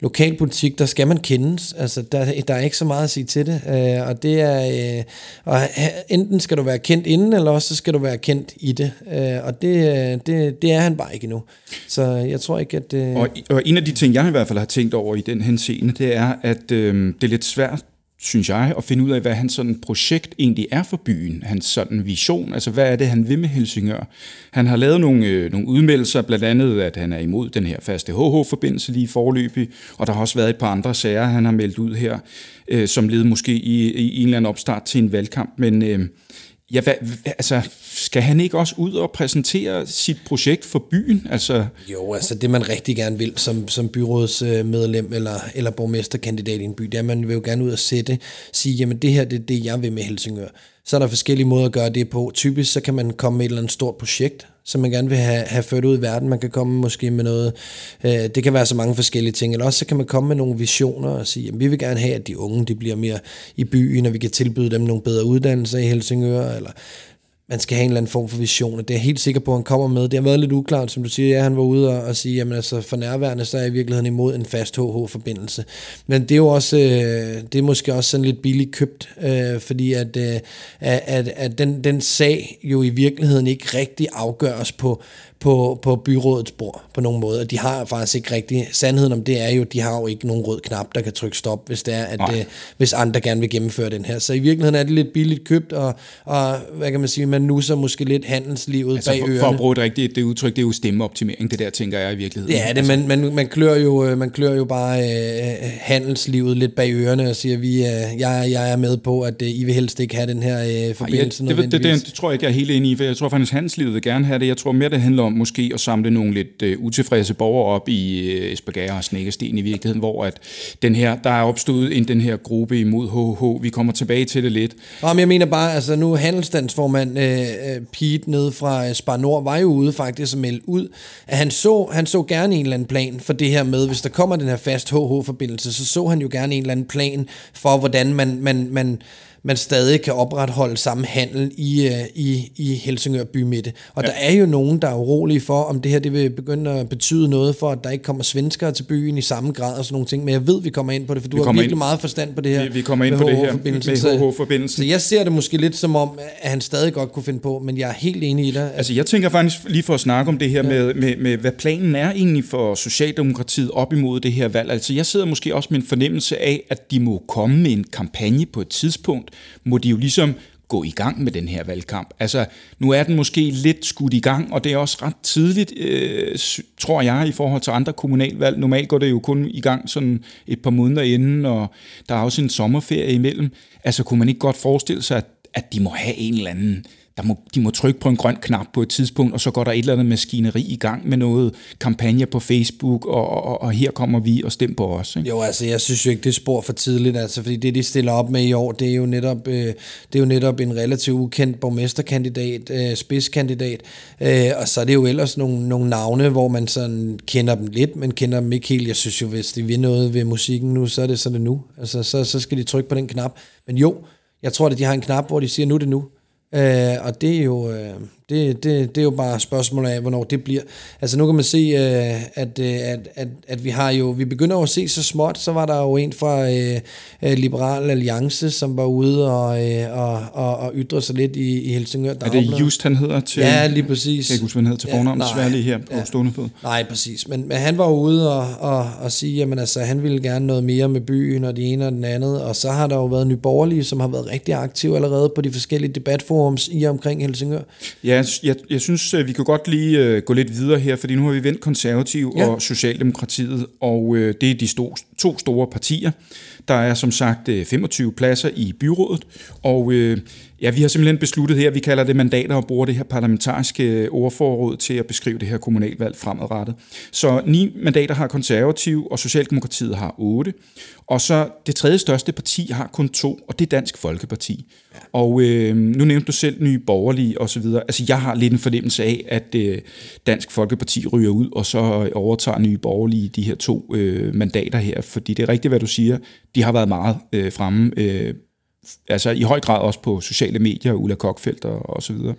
lokalpolitik, der skal man kendes. Altså, der, der er ikke så meget at sige til det. Øh, og det er... Øh, og enten skal du være kendt inden, eller også så skal du være kendt i det. Øh, og det, det, det er han bare ikke endnu. Så jeg tror ikke, at... Øh... Og, og en af de ting, jeg i hvert fald har tænkt over i den henseende, det er, at øh, det er lidt svært, synes jeg, at finde ud af, hvad hans sådan projekt egentlig er for byen, hans sådan vision, altså hvad er det, han vil med Helsingør. Han har lavet nogle, øh, nogle udmeldelser, blandt andet, at han er imod den her faste H H-forbindelse lige forløbig, og der har også været et par andre sager, han har meldt ud her, øh, som led måske i, i en eller anden opstart til en valgkamp, men øh, ja, hvad, altså, skal han ikke også ud og præsentere sit projekt for byen? Altså... Jo, altså det man rigtig gerne vil som, som byrådsmedlem eller, eller borgmesterkandidat i en by, det er, at man vil jo gerne ud og sætte, sige, jamen det her, det er det, jeg vil med Helsingør. Så er der forskellige måder at gøre det på. Typisk så kan man komme med et eller andet stort projekt, som man gerne vil have, have ført ud i verden. Man kan komme måske med noget, øh, det kan være så mange forskellige ting, eller også så kan man komme med nogle visioner og sige, jamen vi vil gerne have, at de unge de bliver mere i byen, og vi kan tilbyde dem nogle bedre uddannelser i Helsingør, eller man skal have en eller anden form for vision, og det er jeg helt sikker på, at han kommer med. Det har været lidt uklart, som du siger, ja, han var ude og, og sige, jamen altså for nærværende, så er jeg i virkeligheden imod en fast H H-forbindelse. Men det er jo også, øh, det er måske også sådan lidt billigt købt, øh, fordi at, øh, at, at den, den sag jo i virkeligheden ikke rigtig afgøres på, på, på byrådets bord på nogen måde. De har faktisk ikke rigtig, sandheden om det er jo, de har jo ikke nogen rød knap, der kan trykke stop, hvis det er, at øh, hvis andre gerne vil gennemføre den her. Så i virkeligheden er det lidt billigt købt, og, og hvad kan man sige, man nusser måske lidt handelslivet altså bag for, ørerne. For at bruge det rigtigt, det udtryk, det er jo stemmeoptimering, det der, tænker jeg i virkeligheden. Ja, det, man, man, man, klør jo, man klør jo bare øh, handelslivet lidt bag ørerne og siger, vi, øh, jeg, jeg er med på, at øh, I vil helst ikke have den her øh, forbindelse. Ja, det, det, det, det tror jeg ikke, jeg er helt enig i, for jeg tror faktisk, handelslivet vil gerne have det. Jeg tror mere, det handler om måske at samle nogle lidt øh, utilfredse borgere op i øh, Espergærde og Snekkersten i virkeligheden, hvor at den her, der er opstået en den her gruppe imod H H. Vi kommer tilbage til det lidt. Nå, men jeg mener bare, altså nu handelsstandsformand øh, Pete nede fra Spar Nord var jo ude faktisk at melde ud, at han så, han så gerne en eller anden plan for det her med, hvis der kommer den her fast H H-forbindelse, så så han jo gerne en eller anden plan for, hvordan man, man, man man stadig kan opretholde samme handel i, i, i Helsingør bymidte. Og ja. Der er jo nogen, der er urolige for, om det her det vil begynde at betyde noget for, at der ikke kommer svenskere til byen i samme grad og sådan nogle ting. Men jeg ved, vi kommer ind på det, for du har virkelig ind, meget forstand på det her. Vi, vi kommer ind på det her med H H-forbindelsen. Så jeg ser det måske lidt som om, at han stadig godt kunne finde på, men jeg er helt enig i det. At... Altså jeg tænker faktisk lige for at snakke om det her ja. med, med, med, hvad planen er egentlig for Socialdemokratiet op imod det her valg. Altså jeg sidder måske også med en fornemmelse af, at de må komme med en kampagne på et tidspunkt, må de jo ligesom gå i gang med den her valgkamp. Altså, nu er den måske lidt skudt i gang, og det er også ret tidligt, øh, tror jeg, i forhold til andre kommunalvalg. Normalt går det jo kun i gang sådan et par måneder inden, og der er også en sommerferie imellem. Altså, kunne man ikke godt forestille sig, at, at de må have en eller anden... Der må, de må trykke på en grøn knap på et tidspunkt, og så går der et eller andet maskineri i gang med noget kampagne på Facebook, og, og, og her kommer vi og stem på os. Ikke? Jo, altså jeg synes jo ikke, det er spor for tidligt, altså, fordi det, de stiller op med i år, det er jo netop, øh, det er jo netop en relativt ukendt borgmesterkandidat, øh, spidskandidat, øh, og så er det jo ellers nogle, nogle navne, hvor man sådan kender dem lidt, men kender dem ikke helt. Jeg synes jo, hvis de vil noget ved musikken nu, så er det så det nu. Altså, så, så skal de trykke på den knap. Men jo, jeg tror, at de har en knap, hvor de siger, nu er det nu. Øh, og det er jo øh, det, det, det er jo bare spørgsmål af, hvornår det bliver. Altså nu kan man se, øh, at, at, at, at vi har jo, vi begynder jo at se så småt, så var der jo en fra øh, Liberal Alliance, som var ude og, øh, og, og, og ytre sig lidt i, i Helsingør. Der er det Just, han hedder til? Ja, lige præcis. Jeg kan huske, hvad han hedder til fornavn, ja, desværre lige her på ja, stående fod. Nej, præcis. Men, men han var ude og, og, og sige, jamen altså, han ville gerne noget mere med byen, og det ene og den andet, og så har der jo været Nye Borgerlige, som har været rigtig aktive allerede på de forskellige debatforums i omkring Helsingør. Ja, jeg, jeg synes, vi kan godt lige uh, gå lidt videre her, fordi nu har vi vendt Konservative ja. og Socialdemokratiet, og uh, det er de sto- to store partier. Der er som sagt uh, femogtyve pladser i byrådet, og uh, ja, vi har simpelthen besluttet her, vi kalder det mandater og bruger det her parlamentariske ordforråd til at beskrive det her kommunalvalg fremadrettet. Så ni mandater har Konservative, og Socialdemokratiet har otte. Og så det tredje største parti har kun to, og det er Dansk Folkeparti. Ja. Og øh, nu nævnte du selv Nye Borgerlige og så videre. Altså jeg har lidt en fornemmelse af, at øh, Dansk Folkeparti ryger ud, og så overtager Nye Borgerlige de her to øh, mandater her. Fordi det er rigtigt, hvad du siger. De har været meget øh, fremme, øh, altså i høj grad også på sociale medier, Ulla Kokfeldt og, og så videre.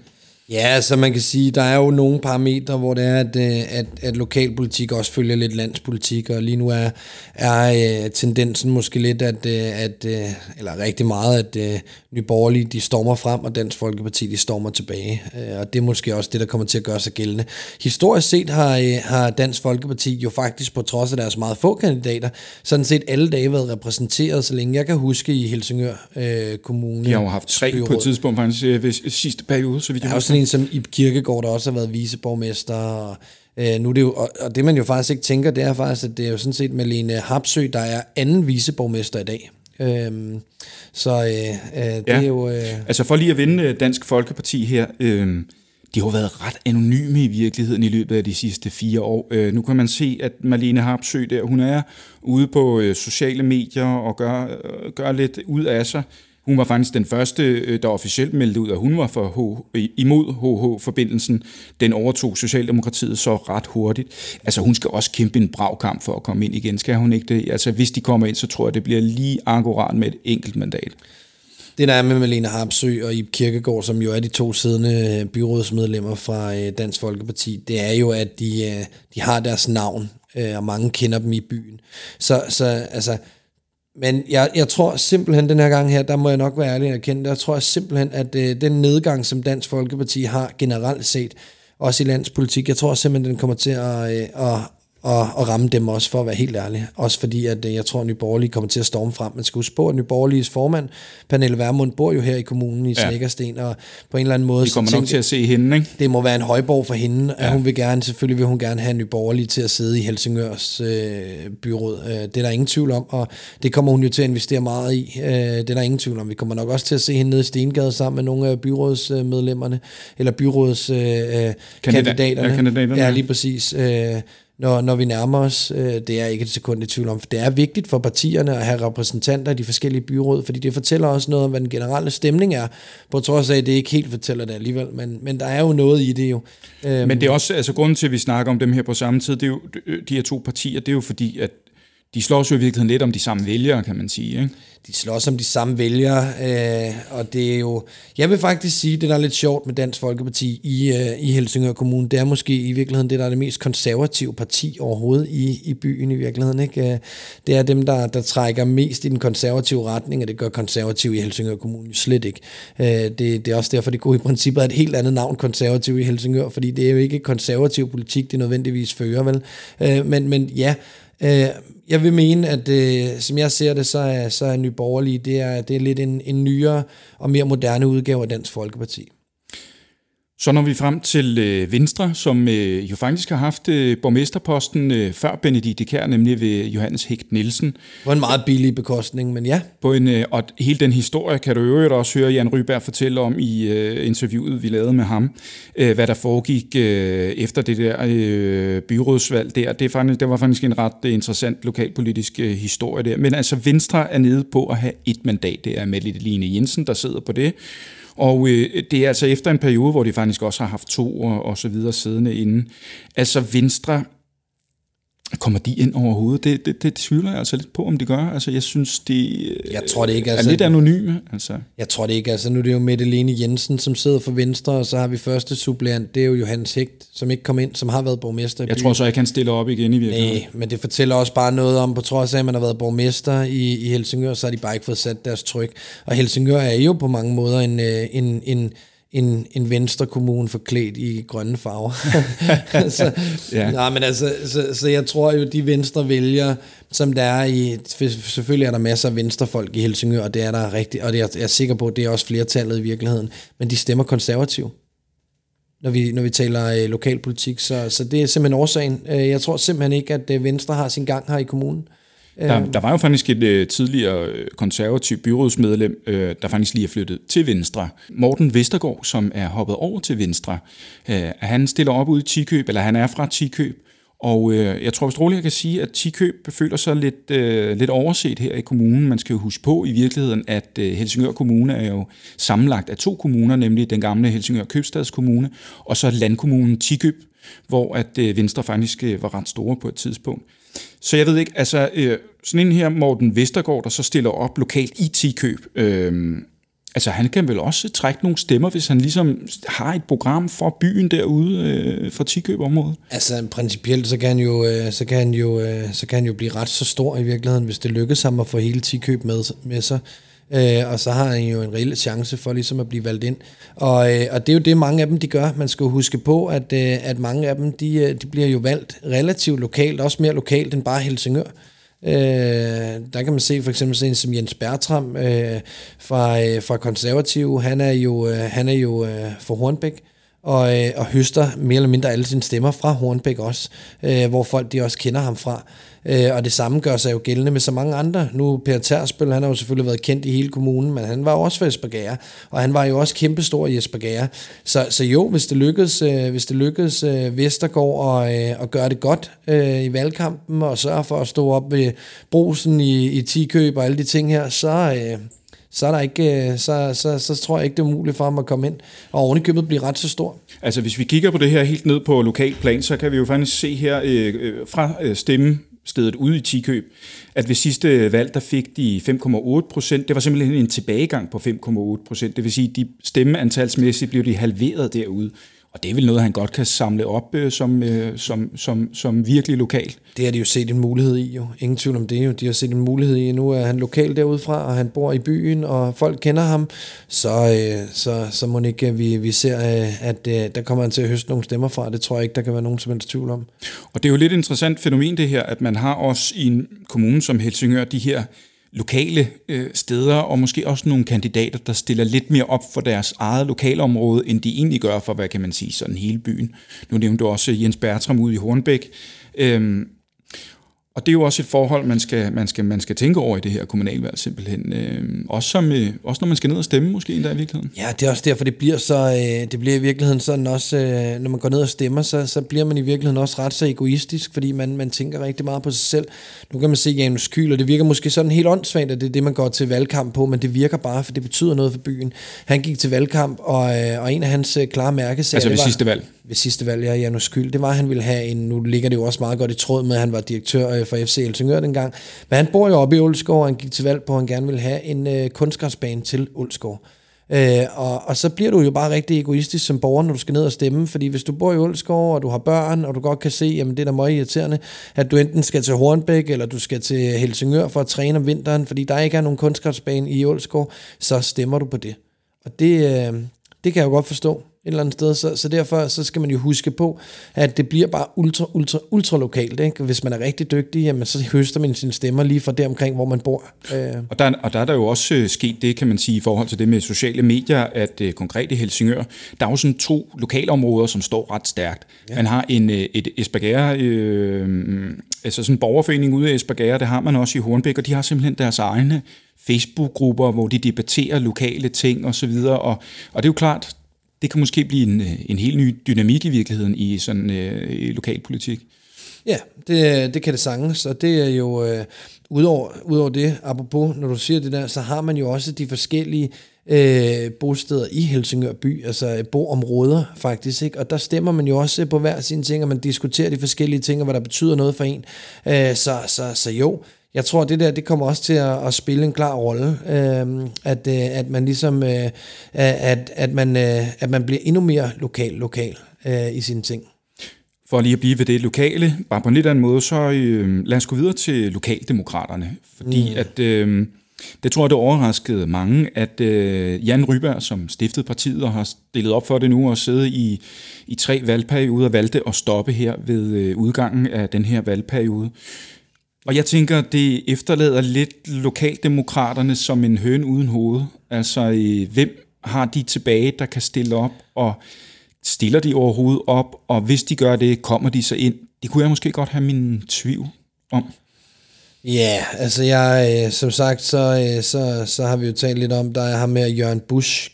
Ja, så man kan sige, der er jo nogle parametre, hvor det er, at, at, at lokalpolitik også følger lidt landspolitik, og lige nu er, er tendensen måske lidt, at, at eller rigtig meget, at Nye Borgerlige, de stormer frem, og Dansk Folkeparti, de stormer tilbage. Og det er måske også det, der kommer til at gøre sig gældende. Historisk set har, har Dansk Folkeparti jo faktisk, på trods af deres meget få kandidater, sådan set alle dage været repræsenteret, så længe jeg kan huske, i Helsingør øh, Kommune. De har jo haft tre byråd på et tidspunkt, faktisk ved sidste periode, så vidt jeg husker. En som Ib Kirkegaard, der også har været viceborgmester, og, øh, nu er det jo, og, og det man jo faktisk ikke tænker, det er faktisk, at det er jo sådan set Malene Harpsøe, der er anden viceborgmester i dag. Øhm, så øh, øh, det ja. er jo... Øh... Altså for lige at vinde Dansk Folkeparti her, øh, de har været ret anonyme i virkeligheden i løbet af de sidste fire år. Øh, nu kan man se, at Malene Harpsøe der, hun er ude på øh, sociale medier og gør, øh, gør lidt ud af sig. Hun var faktisk den første, der officielt meldte ud, at hun var for H- imod H H-forbindelsen. Den overtog Socialdemokratiet så ret hurtigt. Altså hun skal også kæmpe en brav kamp for at komme ind igen, skal hun ikke det? Altså hvis de kommer ind, så tror jeg, det bliver lige akkurat med et enkelt mandat. Det der er med Malene Harpsøe og Ib Kirkegaard, som jo er de to siddende byrådsmedlemmer fra Dansk Folkeparti, det er jo, at de, de har deres navn, og mange kender dem i byen. Så, så altså... Men jeg, jeg tror simpelthen, den her gang her, der må jeg nok være ærlig og erkende, der tror jeg simpelthen, at øh, den nedgang, som Dansk Folkeparti har generelt set, også i landspolitik, jeg tror simpelthen, den kommer til at, øh, at, at, at ramme dem også, for at være helt ærlig. Også fordi, at øh, jeg tror, at Nye Borgerlige kommer til at storme frem. Man skal huske på, at Nye Borgerliges formand, Pernille Vermund, bor jo her i kommunen i Snekkersten, ja. Og på en eller anden måde... Vi kommer nok til at se hende, ikke? Det må være en højborg for hende, ja. At hun vil gerne, selvfølgelig vil hun gerne have Nye Borgerlige til at sidde i Helsingørs øh, byråd. Øh, det er der ingen tvivl om, og det kommer hun jo til at investere meget i. Øh, det er der ingen tvivl om. Vi kommer nok også til at se hende nede i Stengade sammen med nogle af byrådsmedlemmerne, eller byrådskandidaterne. Øh, kandidaterne. Ja, kandidaterne. Ja, lige præcis. Øh, Når, når vi nærmer os, øh, det er ikke et sekund i tvivl om, for det er vigtigt for partierne at have repræsentanter i de forskellige byråd, fordi det fortæller også noget om, hvad den generelle stemning er, på trods af, at det ikke helt fortæller det alligevel, men, men der er jo noget i det jo. Øhm. Men det er også, altså grunden til, at vi snakker om dem her på samme tid, det er jo, de her to partier, det er jo fordi, at de slås jo i virkeligheden lidt om de samme vælgere, kan man sige, ikke? De slås om de samme vælgere, øh, og det er jo... Jeg vil faktisk sige, det der er lidt sjovt med Dansk Folkeparti i, øh, i Helsingør Kommune, det er måske i virkeligheden det, der er det mest konservative parti overhovedet i, i byen i virkeligheden, ikke? Det er dem, der, der trækker mest i den konservative retning, og det gør konservativ i Helsingør Kommune jo slet ikke. Øh, det, det er også derfor, det går i princippet er et helt andet navn, konservativ i Helsingør, fordi det er jo ikke konservativ politik, det nødvendigvis fører, vel? Øh, men, men ja... Øh, Jeg vil mene, at øh, som jeg ser det, så er, så er Nye Borgerlige, det er, det er lidt en, en nyere og mere moderne udgave af Dansk Folkeparti. Så når vi frem til øh, Venstre, som øh, jo faktisk har haft øh, borgmesterposten øh, før Benedikte Kjær, nemlig ved Johannes Hecht Nielsen. På en meget billig bekostning, men ja. På en, øh, og hele den historie kan du jo også høre Jan Ryberg fortælle om i øh, interviewet, vi lavede med ham, øh, hvad der foregik øh, efter det der øh, byrådsvalg der. Det, er faktisk, det var faktisk en ret interessant lokalpolitisk øh, historie der. Men altså Venstre er nede på at have et mandat. Det er Mette Line Jensen, der sidder på det. Og øh, det er altså efter en periode, hvor de faktisk også har haft to og, og så videre siddende inden. Altså Venstre, kommer de ind overhovedet? Det, det, det tvivler jeg altså lidt på, om de gør. Altså jeg synes, de jeg tror, det ikke, altså, er lidt anonyme. Altså. Jeg tror det ikke. Altså nu er det jo Mette Line Jensen, som sidder for Venstre, og så har vi første suppleant, det er jo Johannes Hecht, som ikke kom ind, som har været borgmester i Jeg byen. tror så, jeg kan stille op igen i virkeligheden. Nej, men det fortæller også bare noget om, på trods af, at man har været borgmester i, i Helsingør, så har de bare ikke fået sat deres tryk. Og Helsingør er jo på mange måder en, en, en En, en venstre kommune forklædt i grønne farver. så, ja. nej, men altså, så, så jeg tror jo, de venstre vælger, som der er i... Selvfølgelig er der masser af venstrefolk i Helsingør, og det er der rigtigt, og det er, jeg er sikker på, at det er også flertallet i virkeligheden. Men de stemmer konservativ, når vi, når vi taler øh, lokalpolitik. Så, så det er simpelthen årsagen. Jeg tror simpelthen ikke, at øh, Venstre har sin gang her i kommunen. Der, der var jo faktisk et øh, tidligere konservativt byrådsmedlem, øh, der faktisk lige er flyttet til Venstre. Morten Vestergaard, som er hoppet over til Venstre. Øh, han stiller op ude i Tikøb, eller han er fra Tikøb. Og øh, jeg tror vist roligt, jeg kan sige, at Tikøb føler sig lidt, øh, lidt overset her i kommunen. Man skal jo huske på i virkeligheden, at øh, Helsingør Kommune er jo sammenlagt af to kommuner, nemlig den gamle Helsingør Købstadskommune, og så landkommunen Tikøb, hvor at øh, Venstre faktisk øh, var ret store på et tidspunkt. Så jeg ved ikke, altså øh, sådan en her Morten Vestergaard, der så stiller op lokalt i Tikøb, øh, altså han kan vel også trække nogle stemmer, hvis han ligesom har et program for byen derude øh, for Tikøb-området? Altså principielt, så kan han jo, øh, så kan han jo, øh, så kan han jo blive ret så stor i virkeligheden, hvis det lykkes ham at få hele Tikøb med, med sig. Øh, og så har han jo en reel chance for ligesom at blive valgt ind. Og, øh, og det er jo det, mange af dem de gør. Man skal jo huske på, at, øh, at mange af dem, de, de bliver jo valgt relativt lokalt, også mere lokalt end bare Helsingør. Øh, der kan man se for eksempel en som Jens Bertram øh, fra, øh, fra Konservative. Han er jo, øh, han er jo øh, fra Hornbæk. Og, øh, og høster mere eller mindre alle sine stemmer fra Hornbæk også, øh, hvor folk de også kender ham fra. Øh, og det samme gør sig jo gældende med så mange andre. Nu Per Tersbøl, han har jo selvfølgelig været kendt i hele kommunen, men han var også fra Espergærde, og han var jo også kæmpestor i Espergærde. Så, så jo, hvis det lykkedes, øh, hvis det lykkedes øh, Vestergaard og, øh, og gøre det godt øh, i valgkampen, og sørge for at stå op ved Brugsen i, i Tikøb og alle de ting her, så... Øh, så, er der ikke, så, så, så tror jeg ikke, det er muligt for ham at komme ind, og ovenikøbet blive ret så stor. Altså hvis vi kigger på det her helt ned på lokal plan, så kan vi jo faktisk se her øh, fra øh, stemmestedet ude i Tikøb, at ved sidste valg, der fik de fem komma otte procent. Det var simpelthen en tilbagegang på fem komma otte procent. Det vil sige, at de stemmeantalsmæssigt blev de halveret derude. Og det er vel noget, han godt kan samle op øh, som, øh, som, som, som virkelig lokal. Det har de jo set en mulighed i, jo. Ingen tvivl om det, jo. De har set en mulighed i. Nu er han lokal derudefra, og han bor i byen, og folk kender ham. Så, øh, så, så må ikke vi, vi ser, øh, at øh, der kommer han til at høste nogle stemmer fra. Det tror jeg ikke, der kan være nogen som helst tvivl om. Og det er jo lidt interessant fænomen det her, at man har også i en kommune som Helsingør de her lokale øh, steder, og måske også nogle kandidater, der stiller lidt mere op for deres eget lokalområde, end de egentlig gør for, hvad kan man sige, sådan hele byen. Nu nævnte du også Jens Bertram ude i Hornbæk. Øhm, og det er jo også et forhold, man skal, man skal, man skal tænke over i det her kommunalvalg simpelthen. Øhm, også, som, øh, også når man skal ned og stemme måske endda i virkeligheden. Ja, det er også derfor, det bliver så, øh, det bliver i virkeligheden sådan også, øh, når man går ned og stemmer, så, så bliver man i virkeligheden også ret så egoistisk, fordi man, man tænker rigtig meget på sig selv. Nu kan man se Janus Kyhl, og det virker måske sådan helt åndssvagt, at det er det, man går til valgkamp på, men det virker bare, for det betyder noget for byen. Han gik til valgkamp, og, øh, og en af hans øh, klare mærkesager... Altså ved var, sidste valg? Ved sidste valg, ja, Janus Kyhl. Det var, at han ville have en... Nu ligger det jo også meget godt i tråd med, at han var direktør øh, for F C Helsingør dengang. Men han bor jo oppe i Ålsgård, og han gik til valg på, at han gerne ville have en øh, kunstgræsbane til Ålsgård. Øh, og, og så bliver du jo bare rigtig egoistisk som borger, når du skal ned og stemme, fordi hvis du bor i Ålsgård, og du har børn, og du godt kan se, jamen det er da meget irriterende, at du enten skal til Hornbæk, eller du skal til Helsingør for at træne om vinteren, fordi der ikke er nogen kunstgræsbane i Ålsgård, så stemmer du på det. Og det, øh, det kan jeg jo godt forstå et eller andet sted, så, så derfor så skal man jo huske på, at det bliver bare ultra, ultra, ultra lokalt, ikke? Hvis man er rigtig dygtig, jamen, så høster man sine stemmer lige fra der omkring, hvor man bor. Øh. Og, der, og der er der jo også øh, sket det, kan man sige, i forhold til det med sociale medier, at øh, konkret i Helsingør, der er jo sådan to lokalområder, som står ret stærkt. Ja. Man har en, øh, et Espergærde, øh, altså sådan en borgerforening ude af Espergærde, det har man også i Hornbæk, og de har simpelthen deres egne Facebook-grupper, hvor de debatterer lokale ting og så videre, og, og det er jo klart, det kan måske blive en, en helt ny dynamik i virkeligheden i sådan øh, i lokalpolitik. Ja, det, det kan det sagtens, og det er jo, øh, udover, udover det, apropos, når du siger det der, så har man jo også de forskellige øh, bosteder i Helsingør by, altså boområder faktisk, ikke? Og der stemmer man jo også på hver sine ting, og man diskuterer de forskellige ting, og hvad der betyder noget for en. Øh, så, så, så jo, jeg tror, det der, det kommer også til at, at spille en klar rolle, øh, at, øh, at man ligesom, øh, at, at, man, øh, at man bliver endnu mere lokal, lokal øh, i sine ting. For lige at blive ved det lokale, bare på en lidt anden måde, så øh, lad os gå videre til lokaldemokraterne, fordi mm. at, øh, det tror jeg, det overraskede mange, at øh, Jan Ryberg, som stiftede partiet og har stillet op for det nu, og siddet i, i tre valgperioder, valgte at stoppe her ved øh, udgangen af den her valgperiode. Og jeg tænker, det efterlader lidt lokaldemokraterne som en høne uden hoved. Altså, hvem har de tilbage, der kan stille op, og stiller de overhovedet op, og hvis de gør det, kommer de så ind? Det kunne jeg måske godt have min tvivl om. Ja, yeah, altså jeg, som sagt, så, så, så har vi jo talt lidt om, der er ham med Jørgen Busch,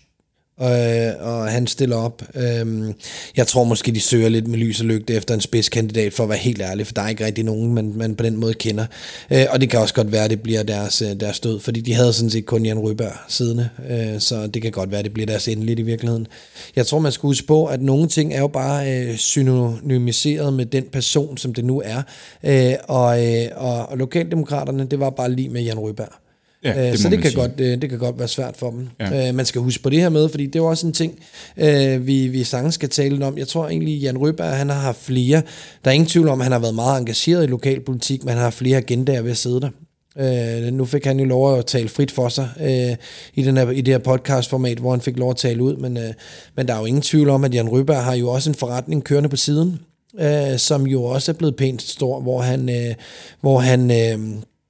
Og, og han stiller op. Øhm, jeg tror måske, de søger lidt med lys og lygte efter en spidskandidat, for at være helt ærlig, for der er ikke rigtig nogen, man, man på den måde kender. Øh, og det kan også godt være, at det bliver deres, deres død, fordi de havde sådan set kun Jan Ryberg siddende, øh, så det kan godt være, at det bliver deres endeligt i virkeligheden. Jeg tror, man skal huske på, at nogle ting er jo bare øh, synonymiseret med den person, som det nu er, øh, og, øh, og, og lokaldemokraterne, det var bare lige med Jan Ryberg. Ja, det så det kan, sige. godt, det kan godt være svært for dem. Ja. Man skal huske på det her med, fordi det er jo også en ting, vi, vi sagtens skal tale om. Jeg tror egentlig, Jan Ryberg, han har haft flere. Der er ingen tvivl om, at han har været meget engageret i lokalpolitik, men han har flere agendaer ved at sidde der. Uh, nu fik han jo lov at tale frit for sig uh, i, den her, i det her podcastformat, hvor han fik lov at tale ud, men, uh, men der er jo ingen tvivl om, at Jan Ryberg har jo også en forretning kørende på siden, uh, som jo også er blevet pænt stor, hvor han, uh, hvor han uh,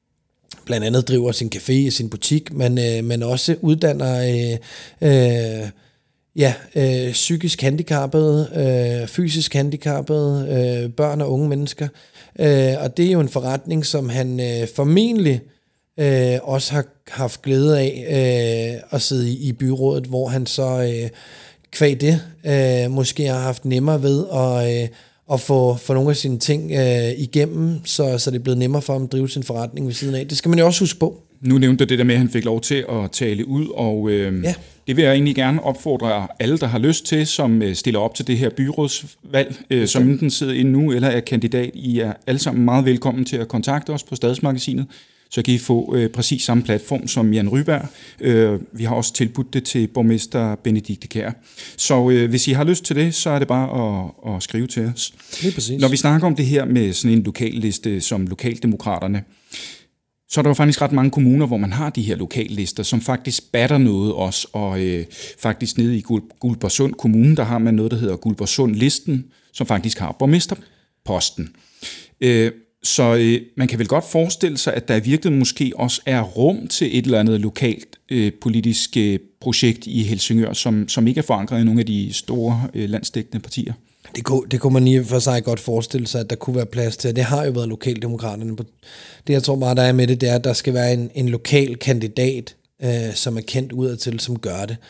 blandt andet driver sin café i sin butik, men, uh, men også uddanner uh, uh, ja, øh, psykisk handicappede, øh, fysisk handicappede, øh, børn og unge mennesker. Øh, og det er jo en forretning, som han øh, formentlig øh, også har haft glæde af øh, at sidde i, i byrådet, hvor han så øh, kvæg det øh, måske har haft nemmere ved at, øh, at få, få nogle af sine ting øh, igennem, så, så det er blevet nemmere for ham at drive sin forretning ved siden af. Det skal man jo også huske på. Nu nævnte du det der med, at han fik lov til at tale ud, og øh, ja. det vil jeg egentlig gerne opfordre alle, der har lyst til, som øh, stiller op til det her byrådsvalg, øh, som enten sidder inde nu eller er kandidat. I er alle sammen meget velkommen til at kontakte os på Stadsmagasinet, så kan I få øh, præcis samme platform som Jan Ryberg. Øh, vi har også tilbudt det til borgmester Benedikte Kjær. Så øh, hvis I har lyst til det, så er det bare at, at skrive til os. Lige præcis. Når vi snakker om det her med sådan en lokalliste som Lokaldemokraterne, så er der jo faktisk ret mange kommuner, hvor man har de her lokallister, som faktisk batter noget også, og øh, faktisk nede i Guldborgsund Kommune, der har man noget, der hedder Guldborgsund-listen, som faktisk har borgmesterposten. Øh, så øh, man kan vel godt forestille sig, at der i virkeligheden måske også er rum til et eller andet lokalt øh, politisk øh, projekt i Helsingør, som, som ikke er forankret i nogle af de store øh, landsdækkende partier. Det kunne, det kunne man i for sig godt forestille sig, at der kunne være plads til, det har jo været Lokaldemokraterne. Det jeg tror bare, der er med det, det er, at der skal være en, en lokal kandidat, øh, som er kendt udadtil, som gør det.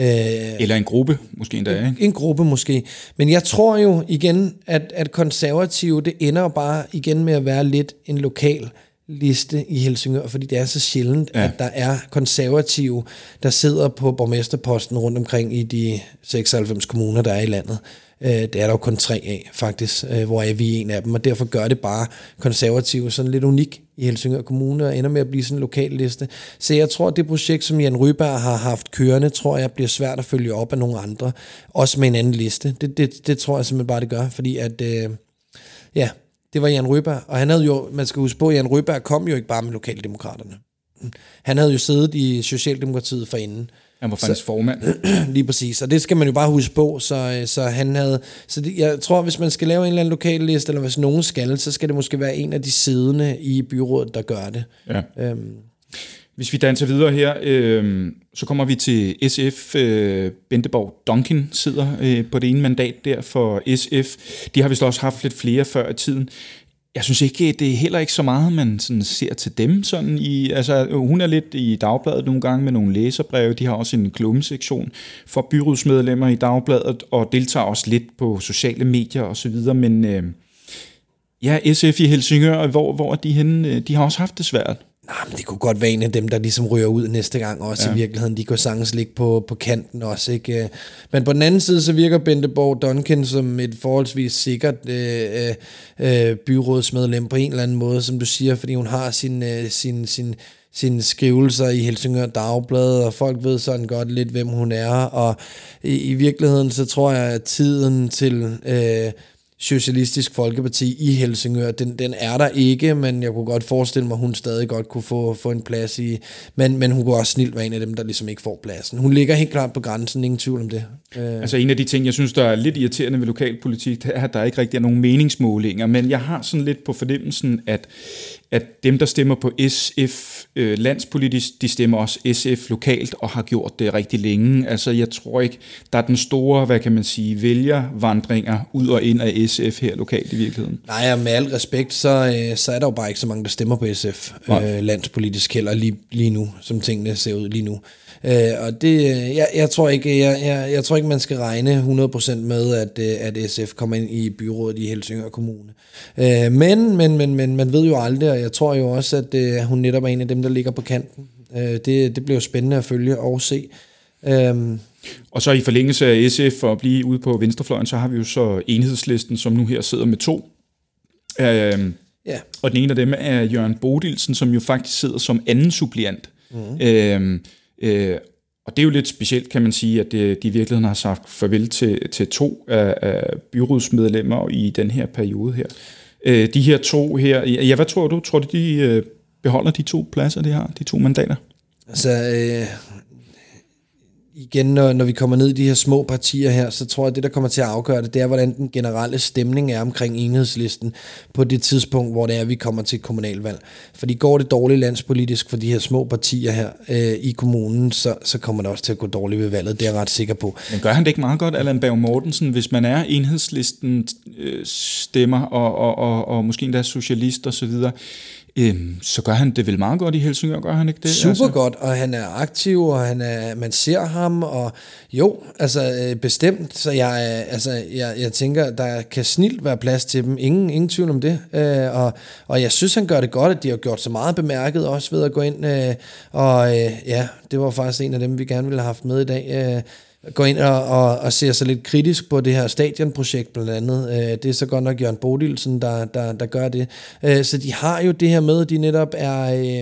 Øh, Eller en gruppe, måske endda, ikke? En, en gruppe måske. Men jeg tror jo igen, at, at konservative, det ender jo bare igen med at være lidt en lokal liste i Helsingør, fordi det er så sjældent, ja. at der er konservative, der sidder på borgmesterposten rundt omkring i de seksoghalvfems kommuner, der er i landet. Det er der jo kun tre af, faktisk, hvor er vi en af dem, og derfor gør det bare konservative sådan lidt unik i Helsingør Kommune, og ender med at blive sådan en lokal liste. Så jeg tror, at det projekt, som Jan Ryberg har haft kørende, tror jeg, bliver svært at følge op af nogle andre, også med en anden liste. Det, det, det tror jeg simpelthen bare, det gør, fordi at, øh, ja, det var Jan Ryberg, og han havde jo, man skal huske på, at Jan Ryberg kom jo ikke bare med Lokaldemokraterne. Han havde jo siddet i Socialdemokratiet forinden. Han var faktisk så, formand. Lige præcis, og det skal man jo bare huske på, så, så han havde, så det, jeg tror, hvis man skal lave en eller anden lokalliste, eller hvis nogen skal, så skal det måske være en af de siddende i byrådet, der gør det. Ja. Øhm. Hvis vi danser videre her, øh, så kommer vi til S F. Øh, Benteborg Duncan sidder øh, på det ene mandat der for S F. De har vist også haft lidt flere før i tiden. Jeg synes ikke, det er heller ikke så meget, man sådan ser til dem. Sådan i, altså, hun er lidt i Dagbladet nogle gange med nogle læserbreve. De har også en klummesektion for byrådsmedlemmer i Dagbladet, og deltager også lidt på sociale medier osv. Men øh, ja, S F i Helsingør, hvor, hvor er de henne? De har også haft det svært. Nej, men det kunne godt være en af dem, der ligesom ryger ud næste gang også, ja. I virkeligheden. De kunne sagtens ligge på, på kanten også, ikke? Men på den anden side, så virker Benteborg Duncan som et forholdsvis sikkert øh, øh, byrådsmedlem på en eller anden måde, som du siger, fordi hun har sin, øh, sin, sin, sine skrivelser i Helsingør Dagblad, og folk ved sådan godt lidt, hvem hun er, og i, i virkeligheden, så tror jeg, at tiden til Øh, Socialistisk Folkeparti i Helsingør, den, den er der ikke, men jeg kunne godt forestille mig, at hun stadig godt kunne få, få en plads i, men, men hun kunne også snilt være en af dem, der ligesom ikke får pladsen. Hun ligger helt klart på grænsen, ingen tvivl om det. Altså en af de ting, jeg synes, der er lidt irriterende ved lokalpolitik, det er, at der ikke rigtig er nogen meningsmålinger, men jeg har sådan lidt på fornemmelsen, at, at dem, der stemmer på S F øh, landspolitisk, de stemmer også S F lokalt og har gjort det rigtig længe. Altså jeg tror ikke, der er den store, hvad kan man sige, vælgervandringer ud og ind af S F her lokalt i virkeligheden. Nej, og med al respekt, så, øh, så er der jo bare ikke så mange, der stemmer på S F øh, landspolitisk heller lige, lige nu, som tingene ser ud lige nu. Øh, og det, jeg, jeg, tror ikke, jeg, jeg, jeg tror ikke, man skal regne hundrede procent med, at, at S F kommer ind i byrådet i Helsingør Kommune. Øh, men, men, men, men man ved jo aldrig, og jeg tror jo også, at øh, hun netop er en af dem, der ligger på kanten. Øh, det, det bliver jo spændende at følge og se. Øh, og så i forlængelse af S F og at blive ude på venstrefløjen, så har vi jo så Enhedslisten, som nu her sidder med to. Øh, ja. Og den ene af dem er Jørgen Bodilsen, som jo faktisk sidder som anden suppliant Mm. Øhm, øh, og det er jo lidt specielt, kan man sige, at de i virkeligheden har sagt farvel til, til to af, af byrådsmedlemmer i den her periode her. Øh, de her to her, ja, hvad tror du? Tror du, de øh, beholder de to pladser, de har, de to mandater? Altså, øh, igen, når, når vi kommer ned i de her små partier her, så tror jeg, at det, der kommer til at afgøre det, det er, hvordan den generelle stemning er omkring Enhedslisten på det tidspunkt, hvor det er, vi kommer til kommunalvalg. Fordi går det dårligt landspolitisk for de her små partier her øh, i kommunen, så, så kommer det også til at gå dårligt ved valget, det er jeg ret sikker på. Men gør han det ikke meget godt, Allan Berg Mortensen, hvis man er Enhedslisten øh, stemmer og, og, og, og måske endda socialist og så videre, Øhm, så gør han det vel meget godt i Helsingør, gør han ikke det? Super altså? godt, og han er aktiv, og han er, man ser ham, og jo, altså bestemt, så jeg, altså, jeg, jeg tænker, der kan snilt være plads til dem, ingen, ingen tvivl om det, øh, og, og jeg synes, han gør det godt, at de har gjort så meget bemærket, også ved at gå ind, øh, og øh, ja, det var faktisk en af dem, vi gerne ville have haft med i dag, øh, gå ind og, og, og ser så lidt kritisk på det her stadionprojekt blandt andet. Det er så godt nok Jørgen Bodilsen, der, der, der gør det. Så de har jo det her med, at de netop er...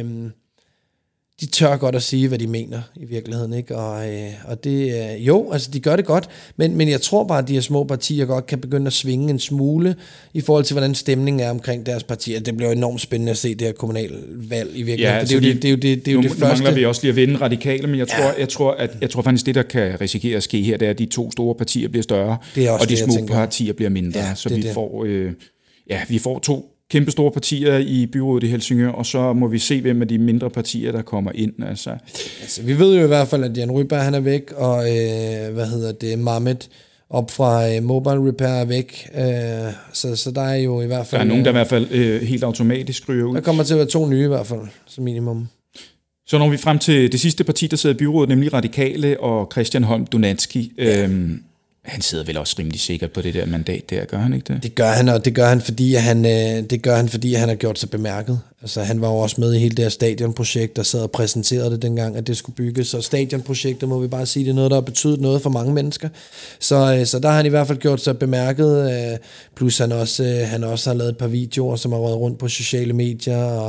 De tør godt at sige, hvad de mener i virkeligheden, ikke? Og, og det, jo, altså de gør det godt, men, men jeg tror bare, at de her små partier godt kan begynde at svinge en smule i forhold til, hvordan stemningen er omkring deres partier. Det bliver enormt spændende at se det her kommunalvalg i virkeligheden. Ja, altså det, er det, det er jo det, det, er jo nu, det nu første. mangler vi også lige at vinde radikale, men jeg tror, ja. jeg tror, at jeg tror faktisk, det der kan risikere at ske her, det er, at de to store partier bliver større, og de det, små partier bliver mindre. Ja, så det, vi det. får, øh, ja, vi får to kæmpe store partier i byrådet i Helsingør, og så må vi se, hvem af de mindre partier, der kommer ind. Altså. Altså, vi ved jo i hvert fald, at Jan Ryberg han er væk, og øh, hvad hedder det, Mahmed op fra øh, Mobile Repair er væk. Øh, så, så der er jo i hvert fald... Der er nogen, der i hvert fald øh, helt automatisk ryger ud. Der kommer til at være to nye i hvert fald, som minimum. Så når vi frem til det sidste parti, der sidder i byrådet, nemlig Radikale og Christian Holm Donatski. Ja. Øhm, han sidder vel også rimelig sikkert på det der mandat der, gør han ikke det? Det gør han, og det gør han, fordi at han, det gør han, fordi at han har gjort sig bemærket. Altså, han var jo også med i hele det her stadionprojekt, der sad og præsenterede det dengang, at det skulle bygges. Så stadionprojektet, må vi bare sige, det er noget, der har betydet noget for mange mennesker. Så, så der har han i hvert fald gjort sig bemærket. Plus han også, han også har lavet et par videoer, som har røget rundt på sociale medier, og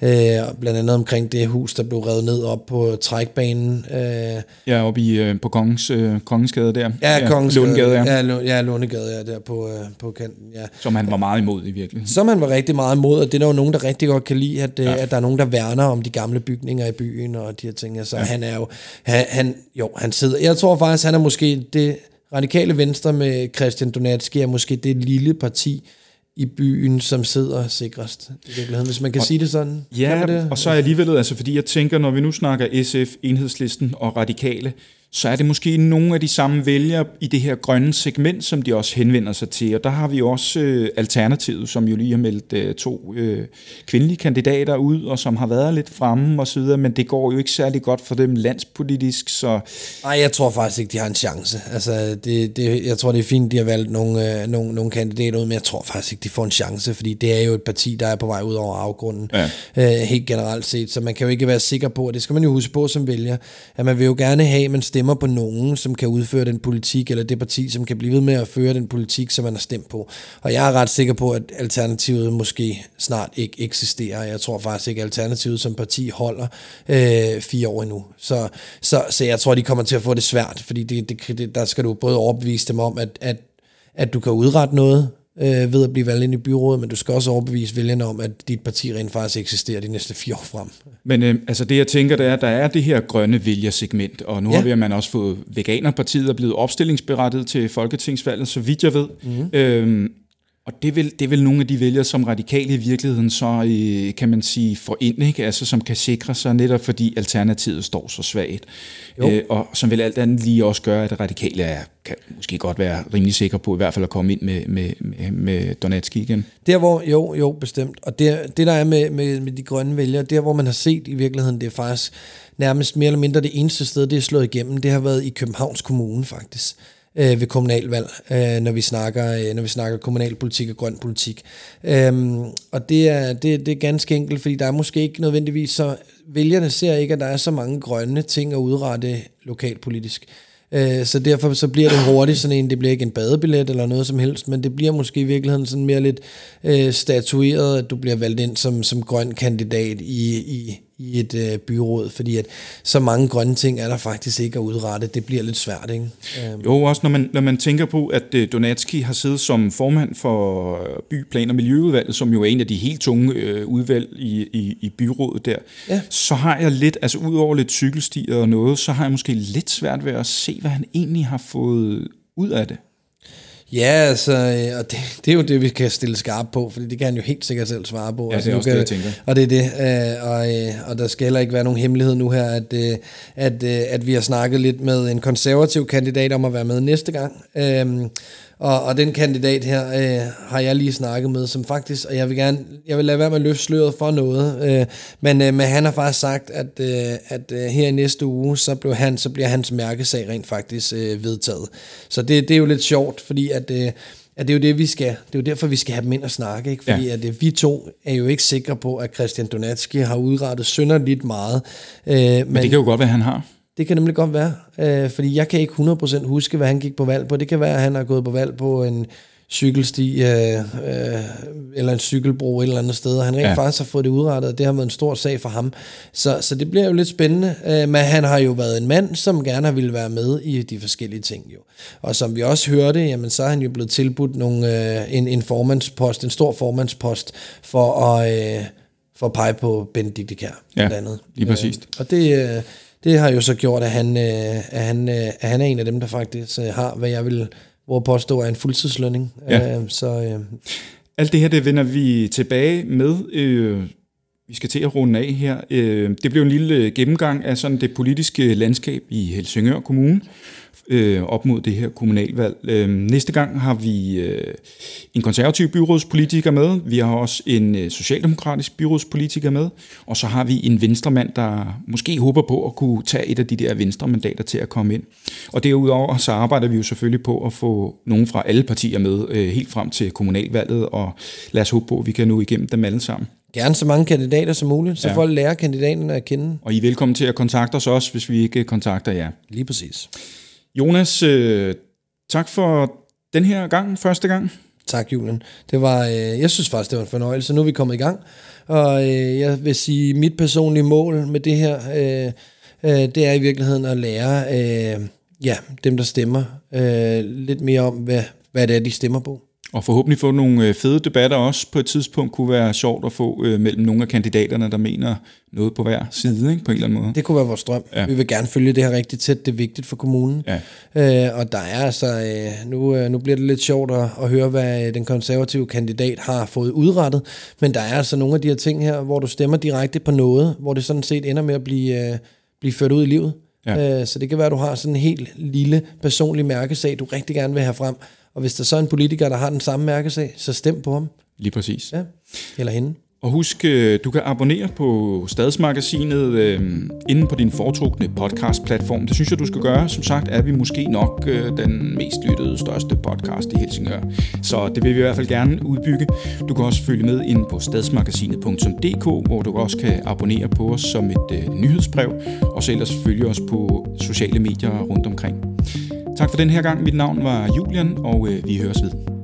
blandt andet omkring det hus, der blev revet ned op på trækbanen. Ja, oppe i, på Kongens, Kongensgade der. Ja, Kongens Lundegade, ja. Ja, ja, Lundegade, ja, der på, på kanten, ja. Som han var meget imod i virkeligheden. Som han var rigtig meget imod, og det er der jo nogen, der rigtig godt kan lide, at, ja. at der er nogen, der værner om de gamle bygninger i byen, og de her ting. Så ja. han er jo, han, han, jo, han sidder, jeg tror faktisk, han er måske det radikale venstre med Christian Donatski, er måske det lille parti i byen, som sidder sikrest i virkeligheden, hvis man kan og, sige det sådan. Ja, det? Og så er jeg alligevel, altså fordi jeg tænker, når vi nu snakker S F, Enhedslisten og Radikale, så er det måske nogle af de samme vælgere i det her grønne segment, som de også henvender sig til. Og der har vi jo også øh, Alternativet, som jo lige har meldt øh, to øh, kvindelige kandidater ud, og som har været lidt fremme og så videre, men det går jo ikke særlig godt for dem landspolitisk, så... Nej, jeg tror faktisk ikke, de har en chance. Altså, det, det, jeg tror, det er fint, de har valgt nogle, øh, nogle, nogle kandidater ud, men jeg tror faktisk ikke, de får en chance, fordi det er jo et parti, der er på vej ud over afgrunden, ja. øh, helt generelt set, så man kan jo ikke være sikker på, og det skal man jo huske på som vælger, at man vil jo gerne have, man stemmer på nogen, som kan udføre den politik, eller det parti, som kan blive ved med at føre den politik, som man har stemt på. Og jeg er ret sikker på, at Alternativet måske snart ikke eksisterer. Jeg tror faktisk ikke, at Alternativet som parti holder øh, fire år endnu. Så, så, så jeg tror, de kommer til at få det svært, fordi det, det, der skal du både overbevise dem om, at, at, at du kan udrette noget, øh, ved at blive valgt ind i byrådet, men du skal også overbevise vælgerne om, at dit parti rent faktisk eksisterer de næste fire år frem. Men øh, altså det, jeg tænker, det er, at der er det her grønne vælgersegment, og nu ja. har vi, at man også fået Veganerpartiet er blevet opstillingsberettet til folketingsvalget, så vidt jeg ved. Mm-hmm. Øhm, og det er, vel, det er vel nogle af de vælgere, som radikale i virkeligheden så, øh, kan man sige, får ind, ikke? Altså som kan sikre sig, netop fordi Alternativet står så svagt. Øh, og som vil alt andet lige også gøre, at radikale er, kan måske godt være rimelig sikre på, i hvert fald at komme ind med, med, med, med Donatski igen. Der hvor, jo, jo, bestemt. Og det, det der er med, med, med de grønne vælgere, der hvor man har set i virkeligheden, det er faktisk nærmest mere eller mindre det eneste sted, det er slået igennem, det har været i Københavns Kommune faktisk. Ved kommunalvalg, øh, når vi snakker øh, når vi snakker kommunalpolitik og grøn politik. Øhm, og det er, det, det er ganske enkelt, fordi der er måske ikke nødvendigvis så... Vælgerne ser ikke, at der er så mange grønne ting at udrette lokalpolitisk. Øh, så derfor så bliver det hurtigt sådan en, det bliver ikke en badebillet eller noget som helst, men det bliver måske i virkeligheden sådan mere lidt øh, statueret, at du bliver valgt ind som, som grøn kandidat i, i, i et øh, byråd, fordi at så mange grønne ting er der faktisk ikke at udrette. Det bliver lidt svært, ikke? Um. Jo, også når man, når man tænker på, at øh, Donatzky har siddet som formand for By-, Plan- og Miljøudvalget, som jo er en af de helt tunge øh, udvalg i, i, i byrådet der, ja. Så har jeg lidt, altså ud over lidt cykelstier og noget, så har jeg måske lidt svært ved at se, hvad han egentlig har fået ud af det. Ja, altså, og det, det er jo det, vi kan stille skarp på, fordi det kan han jo helt sikkert selv svare på. Ja, altså, det er også kan, det, jeg tænker. Og det er det, og, og der skal heller ikke være nogen hemmelighed nu her, at, at, at vi har snakket lidt med en konservativ kandidat om at være med næste gang. Og, og den kandidat her øh, har jeg lige snakket med, som faktisk, og jeg vil gerne, jeg vil lade være med at løfte sløret for noget, øh, men, øh, men han har faktisk sagt, at, øh, at øh, her i næste uge, så, blev han, så bliver hans mærkesag rent faktisk øh, vedtaget. Så det, det er jo lidt sjovt, fordi at, øh, at det er jo det, vi skal, det er jo derfor, vi skal have dem ind og snakke, ikke? Fordi ja. at øh, vi to er jo ikke sikre på, at Christian Donatzky har udrettet synderligt meget. Øh, men, men det kan jo godt være, han har. Det kan nemlig godt være, øh, fordi jeg kan ikke hundrede procent huske, hvad han gik på valg på. Det kan være, at han har gået på valg på en cykelsti øh, øh, eller en cykelbro et eller andet sted, og han rent ja. faktisk har fået det udrettet, og det har været en stor sag for ham. Så, så det bliver jo lidt spændende, øh, men han har jo været en mand, som gerne ville være med i de forskellige ting jo. Og som vi også hørte, jamen, så er han jo blevet tilbudt nogle, øh, en, en formandspost, en stor formandspost, for at, øh, for at pege på Benedikte Kjær, blandt ja, andet. lige præcis. Øh, og det... Øh, Det har jo så gjort, at han, øh, at, han, øh, at han er en af dem, der faktisk øh, har, hvad jeg vil hvor påstå er en fuldtidslønning. Ja. Øh, så, øh. Alt det her, det vender vi tilbage med. Øh, vi skal til at runde af her. Øh, det blev en lille gennemgang af sådan det politiske landskab i Helsingør Kommune øh, op mod det her kommunalvalg. Øh, næste gang har vi øh, en konservativ byrådspolitiker med. Vi har også en øh, socialdemokratisk byrådspolitiker med. Og så har vi en venstremand, der måske håber på at kunne tage et af de der venstremandater til at komme ind. Og derudover så arbejder vi jo selvfølgelig på at få nogen fra alle partier med øh, helt frem til kommunalvalget. Og lad os håbe på, at vi kan nå igennem dem alle sammen. Gerne så mange kandidater som muligt, så ja. folk lærer kandidaterne at kende. Og I er velkommen til at kontakte os også, hvis vi ikke kontakter jer. Lige præcis. Jonas, øh, tak for den her gang, første gang. Tak, Julian. Det var, øh, jeg synes faktisk, det var en fornøjelse. Nu er vi kommet i gang, og øh, jeg vil sige, mit personlige mål med det her, øh, øh, det er i virkeligheden at lære øh, ja, dem, der stemmer, øh, lidt mere om, hvad, hvad det er, de stemmer på. Og forhåbentlig få nogle fede debatter også på et tidspunkt kunne være sjovt at få øh, mellem nogle af kandidaterne, der mener noget på hver side, ikke? På en eller anden måde. Det kunne være vores drøm. Ja. Vi vil gerne følge det her rigtig tæt. Det er vigtigt for kommunen. Ja. Øh, og der er altså, øh, nu, øh, nu bliver det lidt sjovt at, at høre, hvad den konservative kandidat har fået udrettet. Men der er altså nogle af de her ting her, hvor du stemmer direkte på noget, hvor det sådan set ender med at blive, øh, blive ført ud i livet. Ja. Øh, så det kan være, at du har sådan en helt lille personlig mærkesag, du rigtig gerne vil have frem. Og hvis der så er en politiker, der har den samme mærkesag, så stem på ham. Lige præcis. Ja, eller hende. Og husk, du kan abonnere på Stadsmagasinet øh, inde på din foretrukne podcast-platform. Det synes jeg, du skal gøre. Som sagt er vi måske nok øh, den mest lyttede, største podcast i Helsingør. Så det vil vi i hvert fald gerne udbygge. Du kan også følge med inde på stadsmagasinet punktum d k, hvor du også kan abonnere på os som et øh, nyhedsbrev. Og så ellers følge os på sociale medier rundt omkring. Tak for den her gang. Mit navn var Julian, og øh, vi høres ved.